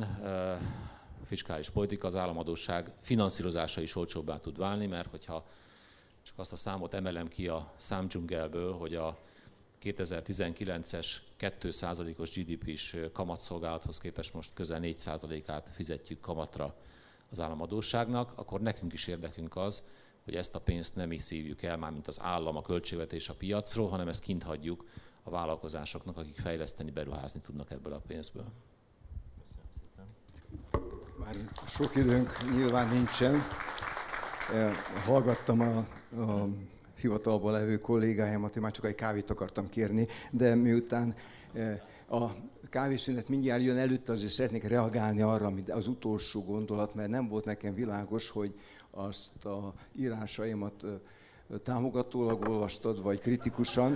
a fiskális politika, az államadósság finanszírozása is olcsóbbá tud válni, mert hogyha csak azt a számot emelem ki a számdzsungelből, hogy a 2019-es 2%-os GDP-s kamatszolgálathoz képest most közel 4%-át fizetjük kamatra az államadósságnak, akkor nekünk is érdekünk az, hogy ezt a pénzt nem is szívjuk el, mármint az állam, a költségvetés a piacról, hanem ezt kint hagyjuk a vállalkozásoknak, akik fejleszteni, beruházni tudnak ebből a pénzből. Már sok időnk nyilván nincsen. Hallgattam a hivatalban levő kollégáimat, én már csak egy kávét akartam kérni, de miután a kávészünet mindjárt jön előtte, azért szeretnék reagálni arra, amit az utolsó gondolat, mert nem volt nekem világos, hogy azt a írásaimat támogatólag olvastad, vagy kritikusan.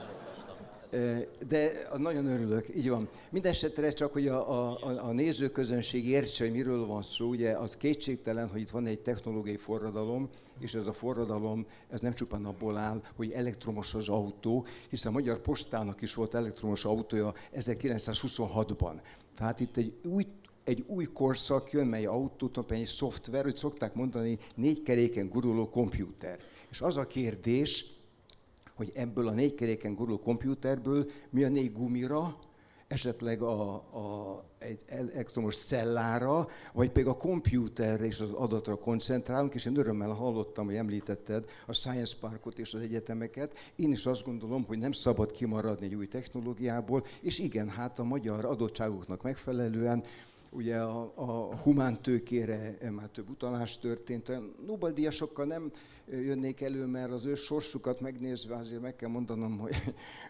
De nagyon örülök, így van. Mindenesetre csak, hogy a nézőközönség értse, hogy miről van szó, ugye az kétségtelen, hogy itt van egy technológiai forradalom, és ez a forradalom, ez nem csupán abból áll, hogy elektromos az autó, hiszen a Magyar Postának is volt elektromos autója 1926-ban. Tehát itt egy új korszak jön, mely autót, egy szoftver, hogy szokták mondani, 4 keréken guruló kompjúter. És az a kérdés, hogy ebből a 4 keréken guruló kompjúterből mi a 4 gumira, esetleg egy elektromos cellára, vagy pedig a kompjúterre és az adatra koncentrálunk, és én örömmel hallottam, hogy említetted a Science Parkot és az egyetemeket. Én is azt gondolom, hogy nem szabad kimaradni egy új technológiából, és igen, hát a magyar adottságoknak megfelelően ugye a humántőkére már több utalás történt. A Nobel-díjasokkal nem jönnék elő, mert az ő sorsukat megnézve azért meg kell mondanom, hogy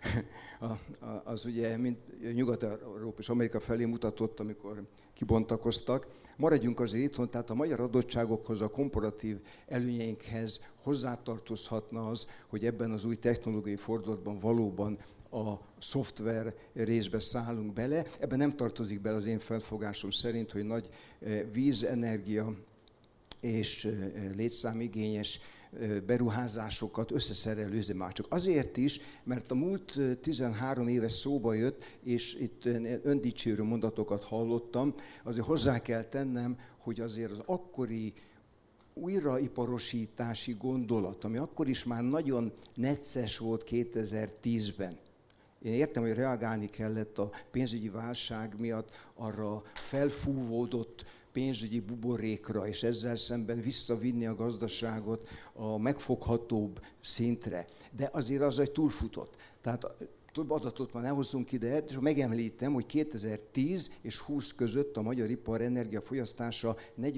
az ugye mint Nyugat-Európa és Amerika felé mutatott, amikor kibontakoztak. Maradjunk azért itthon, tehát a magyar adottságokhoz, a komparatív előnyeinkhez hozzátartozhatna az, hogy ebben az új technológiai fordulatban valóban a szoftver részbe szállunk bele. Ebben nem tartozik bele az én felfogásom szerint, hogy nagy vízenergia és létszámigényes beruházásokat összeszerelő üzemák. Csak azért is, mert a múlt 13 éves szóba jött, és itt öndicsérő mondatokat hallottam, azért hozzá kell tennem, hogy azért az akkori újraiparosítási gondolat, ami akkor is már nagyon necces volt 2010-ben. Én értem, hogy reagálni kellett a pénzügyi válság miatt arra felfúvódott pénzügyi buborékra, és ezzel szemben visszavinni a gazdaságot a megfoghatóbb szintre. De azért az egy túlfutott. Tehát több adatot már ne hozzunk ide, és megemlítem, hogy 2010 és 20 között a magyar ipar energiafogyasztása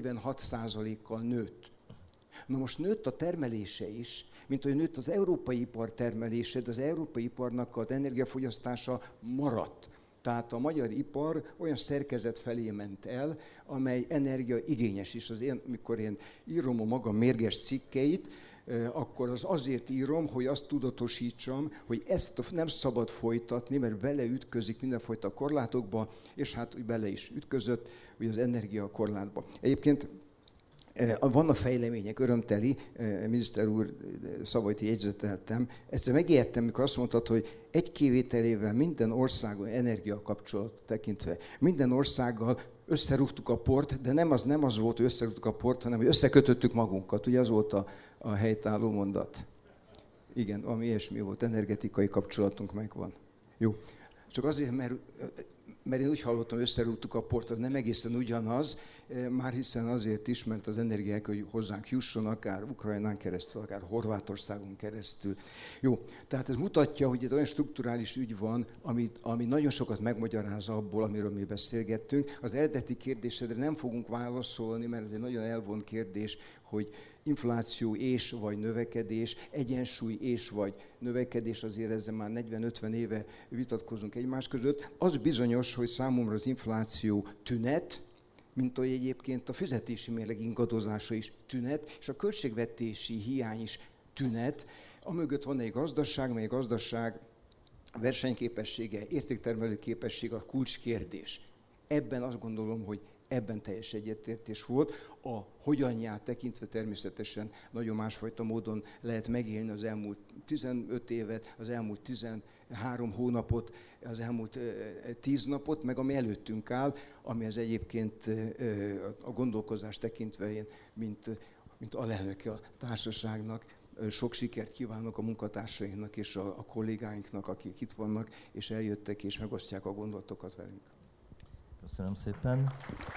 46%-kal nőtt. Na most nőtt a termelése is, mint hogy nőtt az európai ipar termelése, de az európai iparnak az energiafogyasztása maradt. Tehát a magyar ipar olyan szerkezet felé ment el, amely energiaigényes is. Mikor én írom a magam mérges cikkeit, akkor azért írom, hogy azt tudatosítsam, hogy ezt nem szabad folytatni, mert beleütközik mindenfajta korlátokba, és hát bele is ütközött ugye az energiakorlátba. Egyébként vannak fejlemények, örömteli, miniszter úr szavait jegyzeteltem. Egyszer megijedtem, mikor azt mondtad, hogy egy kivételével minden országon energiakapcsolat tekintve, minden országgal összerúgtuk a port, de nem az volt, hogy összerúgtuk a port, hanem hogy összekötöttük magunkat. Ugye az volt a helytálló mondat. Igen, ami ilyesmi volt, energetikai kapcsolatunk megvan. Jó. Csak azért, mert én úgy hallottam, összerúgtuk a port, az nem egészen ugyanaz, már hiszen azért is, mert az energiák, hogy hozzánk jusson, akár Ukrajnán keresztül, akár Horvátországon keresztül. Jó, tehát ez mutatja, hogy egy olyan strukturális ügy van, ami nagyon sokat megmagyaráz abból, amiről mi beszélgettünk. Az eredeti kérdésedre nem fogunk válaszolni, mert ez egy nagyon elvont kérdés, hogy infláció és vagy növekedés, egyensúly és vagy növekedés, azért ezzel már 40-50 éve vitatkozunk egymás között. Az bizonyos, hogy számomra az infláció tünet, mint hogy egyébként a fizetési mérleg ingadozása is tünet, és a költségvetési hiány is tünet. Amögött van egy gazdaság, mely gazdaság versenyképessége, értéktermelő képessége a kulcskérdés. Ebben azt gondolom, hogy ebben teljes egyetértés volt. A hogyanját tekintve természetesen nagyon másfajta módon lehet megélni az elmúlt 15 évet, az elmúlt 13 hónapot, az elmúlt 10 napot, meg ami előttünk áll, ami az egyébként a gondolkozás tekintve én, mint alelnöke a társaságnak, sok sikert kívánok a munkatársainknak és a kollégáinknak, akik itt vannak, és eljöttek és megosztják a gondolatokat velünk. Köszönöm szépen.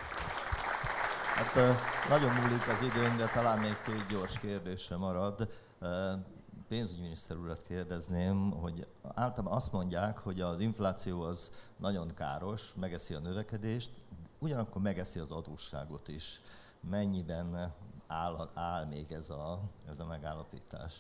Hát nagyon múlik az időnk, de talán még 2 gyors kérdésre marad. Pénzügyminiszter urat kérdezném, hogy általában azt mondják, hogy az infláció az nagyon káros, megeszi a növekedést, ugyanakkor megeszi az adósságot is. Mennyiben áll még ez a megállapítás?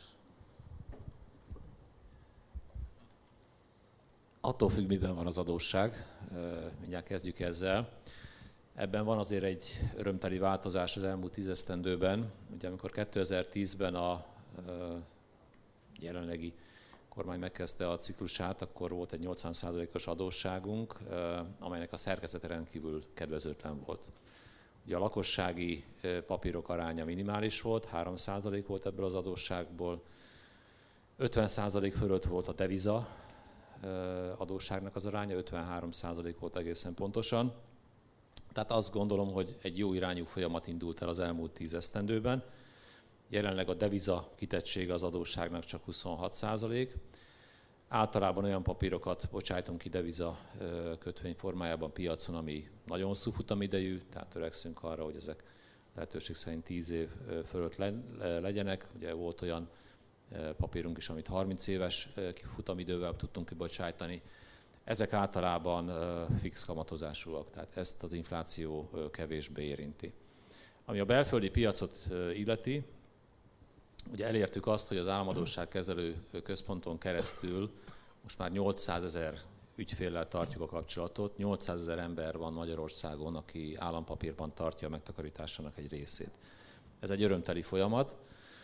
Attól függ, miben van az adósság. Mindjárt kezdjük ezzel. Ebben van azért egy örömteli változás az elmúlt 10 esztendőben. Ugye amikor 2010-ben a jelenlegi kormány megkezdte a ciklusát, akkor volt egy 80%-os adósságunk, amelynek a szerkezete rendkívül kedvezőtlen volt. Ugye a lakossági papírok aránya minimális volt, 3% volt ebből az adósságból, 50% fölött volt a deviza adósságnak az aránya, 53% volt egészen pontosan. Tehát azt gondolom, hogy egy jó irányú folyamat indult el az elmúlt 10 esztendőben. Jelenleg a deviza kitettsége az adósságnak csak 26%. Általában olyan papírokat bocsájtunk ki deviza kötvény formájában piacon, ami nagyon hosszú futamidejű, tehát törekszünk arra, hogy ezek lehetőség szerint 10 év fölött legyenek. Ugye volt olyan papírunk is, amit 30 éves futamidővel tudtunk kibocsájtani. Ezek általában fix kamatozásúak, tehát ezt az infláció kevésbé érinti. Ami a belföldi piacot illeti, ugye elértük azt, hogy az államadósságkezelő központon keresztül most már 800 000 ügyféllel tartjuk a kapcsolatot. 800 000 ember van Magyarországon, aki állampapírban tartja a megtakarításának egy részét. Ez egy örömteli folyamat.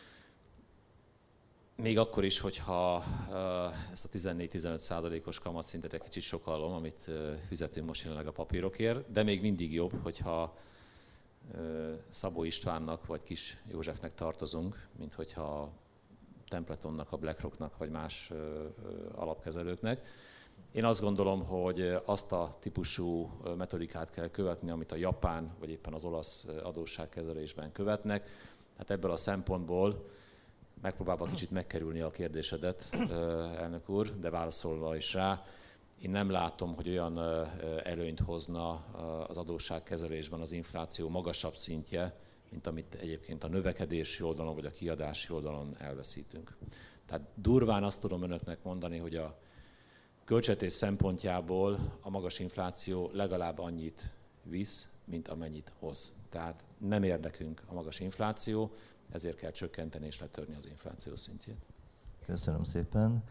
Még akkor is, hogyha ezt a 14-15%-os kamatszintet egy kicsit sokallom, amit fizetünk most jelenleg a papírokért, de még mindig jobb, hogyha Szabó Istvánnak vagy Kis Józsefnek tartozunk, mint hogyha Templetonnak, a BlackRocknak vagy más alapkezelőknek. Én azt gondolom, hogy azt a típusú metodikát kell követni, amit a japán vagy éppen az olasz adósságkezelésben követnek. Hát ebből a szempontból megpróbálva kicsit megkerülni a kérdésedet, elnök úr, de válaszolva is rá, én nem látom, hogy olyan előnyt hozna az adósságkezelésben az infláció magasabb szintje, mint amit egyébként a növekedési oldalon vagy a kiadási oldalon elveszítünk. Tehát durván azt tudom önöknek mondani, hogy a költségvetés szempontjából a magas infláció legalább annyit visz, mint amennyit hoz. Tehát nem érdekünk a magas infláció, ezért kell csökkenteni és letörni az infláció szintjét. Köszönöm szépen.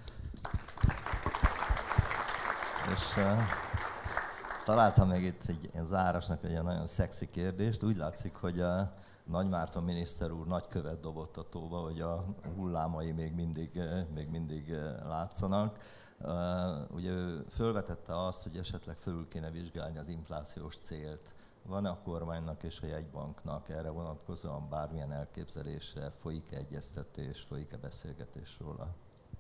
És találtam még itt egy zárásnak egy nagyon szexi kérdést. Úgy látszik, hogy a Nagy Márton miniszter úr nagy követ dobott a tóba, hogy a hullámai még mindig látszanak. Ugye ő fölvetette azt, hogy esetleg fölül kéne vizsgálni az inflációs célt. Van-e a kormánynak és a jegybanknak erre vonatkozóan bármilyen elképzelése, folyik-e egyeztetés, folyik-e beszélgetés róla?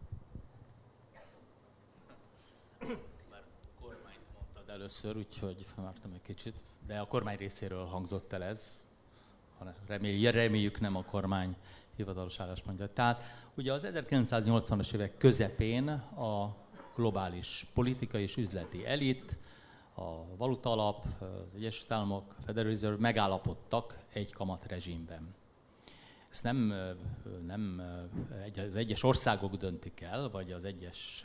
Már a kormányt mondtad először, úgyhogy vártam egy kicsit, de a kormány részéről hangzott el ez. Reméljük nem a kormány hivatalos álláspontja. Tehát ugye az 1980-as évek közepén a globális politikai és üzleti elit, a Valutaalap, az Egyesült Államok, a Federal Reserve megállapodtak egy kamatrezsimben. Ezt nem az egyes országok döntik el, vagy az egyes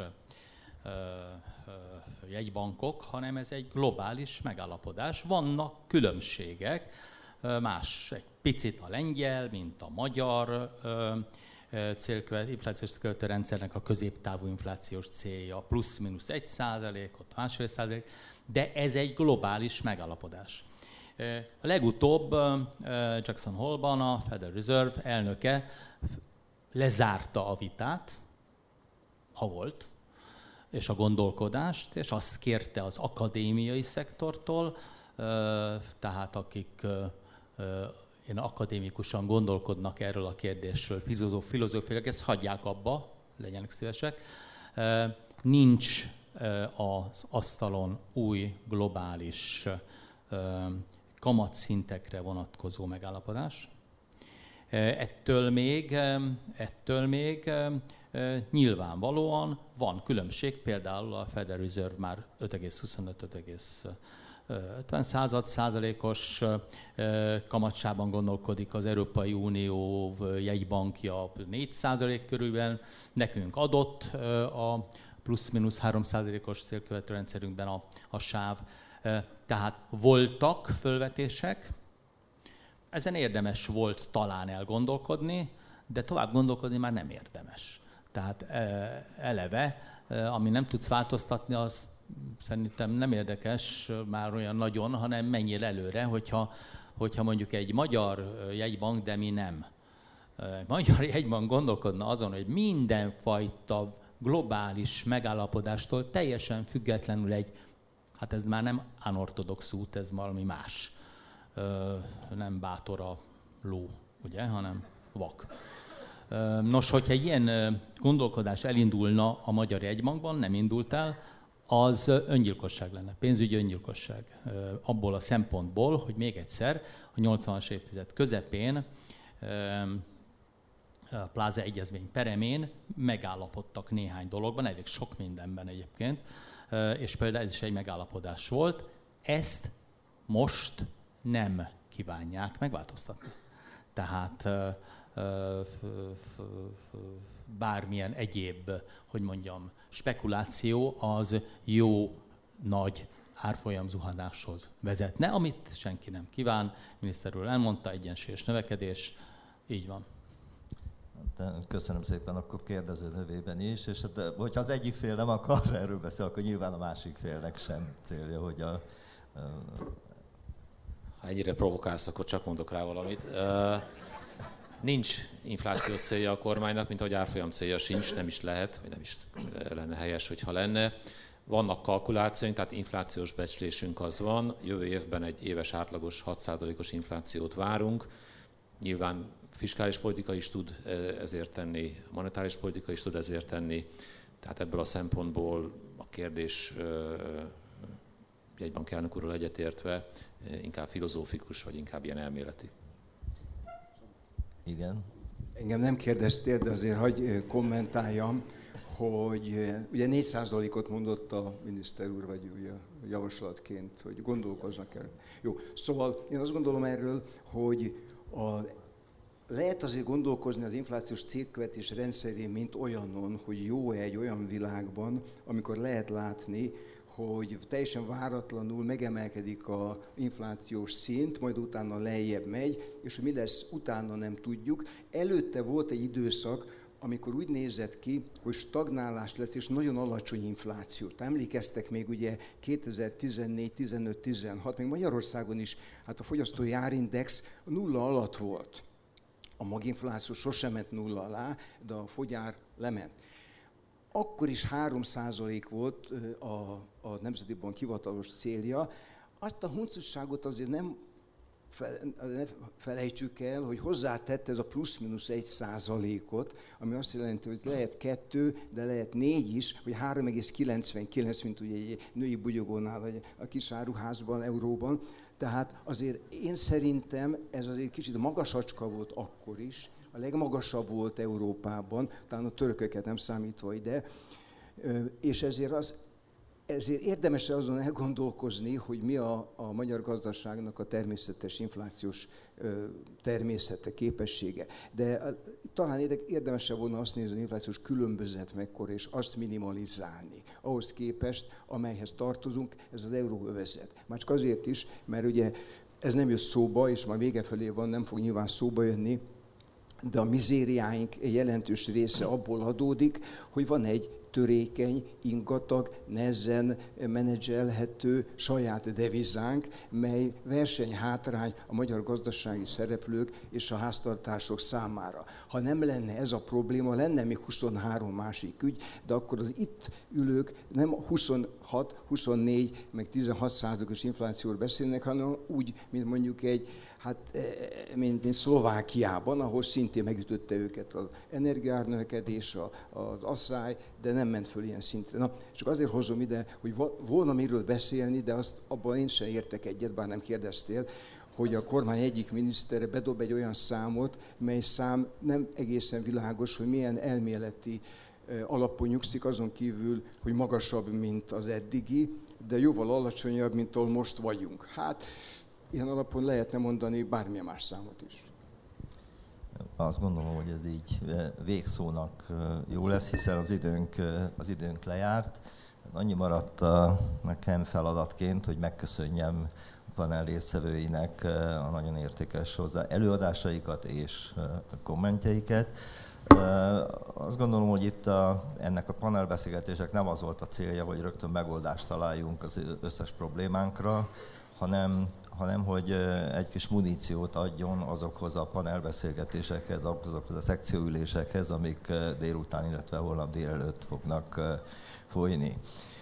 jegybankok, hanem ez egy globális megállapodás. Vannak különbségek, más egy picit a lengyel, mint a magyar inflációs célkövetőrendszernek a középtávú inflációs célja plusz-minusz 1%, ott 1,5%, de ez egy globális megállapodás. A legutóbb Jackson Hole-ban a Federal Reserve elnöke lezárta a vitát, ha volt, és a gondolkodást, és azt kérte az akadémiai szektortól, tehát akik én akadémikusan gondolkodnak erről a kérdésről, filozófiailag, ezt hagyják abba, legyenek szívesek. Nincs az asztalon új globális kamatszintekre vonatkozó megállapodás. Ettől még nyilvánvalóan van különbség, például a Federal Reserve már 5,25-5,50%-os kamatsában gondolkodik, az Európai Unió jegybankja 4% körülben, nekünk adott a plusz-minusz 3%-os célkövető rendszerünkben a sáv. Tehát voltak fölvetések, ezen érdemes volt talán elgondolkodni, de tovább gondolkodni már nem érdemes. Tehát eleve, ami nem tudsz változtatni, az szerintem nem érdekes már olyan nagyon, hanem menjél előre, hogyha mondjuk egy magyar jegybank, de mi nem. Magyar jegybank gondolkodna azon, hogy mindenfajta globális megállapodástól teljesen függetlenül hát ez már nem unorthodox út, ez valami más. Nem bátor a ló, ugye, hanem vak. Nos, hogyha ilyen gondolkodás elindulna a magyar jegybankban, nem indult el, az öngyilkosság lenne, pénzügyi öngyilkosság. Abból a szempontból, hogy még egyszer, a 80-as évtized közepén Pláza Egyezmény peremén megállapodtak néhány dologban, elég sok mindenben egyébként, és például ez is egy megállapodás volt. Ezt most nem kívánják megváltoztatni. Tehát bármilyen egyéb, hogy mondjam, spekuláció az jó nagy árfolyam zuhanáshoz vezetne, amit senki nem kíván. Miniszter úr elmondta, egyensúlyos növekedés, így van. Köszönöm szépen, akkor kérdező nevében is, és hát, hogyha az egyik fél nem akar erről beszélni, akkor nyilván a másik félnek sem célja, hogy Ha ennyire provokálsz, akkor csak mondok rá valamit. Nincs inflációs célja a kormánynak, mint ahogy árfolyam célja sincs, nem is lehet, vagy nem is lenne helyes, hogyha lenne. Vannak kalkulációink, tehát inflációs becslésünk az van. Jövő évben egy éves átlagos 6%-os inflációt várunk. Nyilván fiskális politika is tud ezért tenni, monetáris politika is tud ezért tenni. Tehát ebből a szempontból a kérdés jegybank elnök úrral egyetértve inkább filozófikus, vagy inkább ilyen elméleti. Igen. Engem nem kérdeztél, de azért hagyj kommentáljam, hogy ugye 4%-ot mondott a miniszter úr, vagy ugye javaslatként, hogy gondolkoznak el. Jó, szóval én azt gondolom erről, hogy lehet azért gondolkozni az inflációs célkövetés rendszerén, mint olyanon, hogy jó egy olyan világban, amikor lehet látni, hogy teljesen váratlanul megemelkedik az inflációs szint, majd utána lejjebb megy, és hogy mi lesz utána nem tudjuk. Előtte volt egy időszak, amikor úgy nézett ki, hogy stagnálás lesz, és nagyon alacsony inflációt. Emlékeztek még ugye 2014, 15, 16, még Magyarországon is, hát a fogyasztói árindex nulla alatt volt. A maginfláció sosem ment nulla alá, de a fogyár lement. Akkor is 3% volt a Nemzeti Bank hivatalos célja. Azt a huncutságot azért nem felejtsük el, hogy hozzátette ez a plusz-minusz 1%-ot, ami azt jelenti, hogy lehet 2, de lehet 4 is, vagy 3,99, mint ugye egy női bugyogónál, vagy a kis áruházban, euróban. Tehát azért én szerintem ez azért kicsit magasacska volt akkor is, a legmagasabb volt Európában, talán a törököket nem számítva ide, és ezért érdemes azon elgondolkozni, hogy mi a magyar gazdaságnak a természetes inflációs természete, képessége. De talán érdemesebb volna azt nézni, hogy az inflációs különbözet mekkora, és azt minimalizálni. Ahhoz képest, amelyhez tartozunk, ez az euróövezet. Már csak azért is, mert ugye ez nem jött szóba, és már vége felé van, nem fog nyilván szóba jönni, de a mizériáink egy jelentős része abból adódik, hogy van egy törékeny, ingatag, nehezen menedzselhető saját devizánk, mely versenyhátrány a magyar gazdasági szereplők és a háztartások számára. Ha nem lenne ez a probléma, lenne még 23 másik ügy, de akkor az itt ülők nem 26, 24, meg 16%-os inflációról beszélnek, hanem úgy, mint mondjuk mint Szlovákiában, ahol szintén megütötte őket az energiaárnövekedés, az asszály, de nem ment föl ilyen szintre. Na, csak azért hozom ide, hogy volna miről beszélni, de abban én sem értek egyet, bár nem kérdeztél, hogy a kormány egyik minisztere bedob egy olyan számot, mely szám nem egészen világos, hogy milyen elméleti alapon nyugszik, azon kívül, hogy magasabb, mint az eddigi, de jóval alacsonyabb, mint ahol most vagyunk. Hát, ilyen alapon lehetne mondani bármilyen más számot is. Azt gondolom, hogy ez így végszónak jó lesz, hiszen az időnk lejárt. Annyi maradt nekem feladatként, hogy megköszönjem a panel résztvevőinek a nagyon értékes előadásaikat és kommentjeiket. Azt gondolom, hogy itt ennek a panelbeszélgetések nem az volt a célja, hogy rögtön megoldást találjunk az összes problémánkra, hanem hogy egy kis muníciót adjon azokhoz a panelbeszélgetésekhez, azokhoz a szekcióülésekhez, amik délután, illetve holnap délelőtt fognak folyni.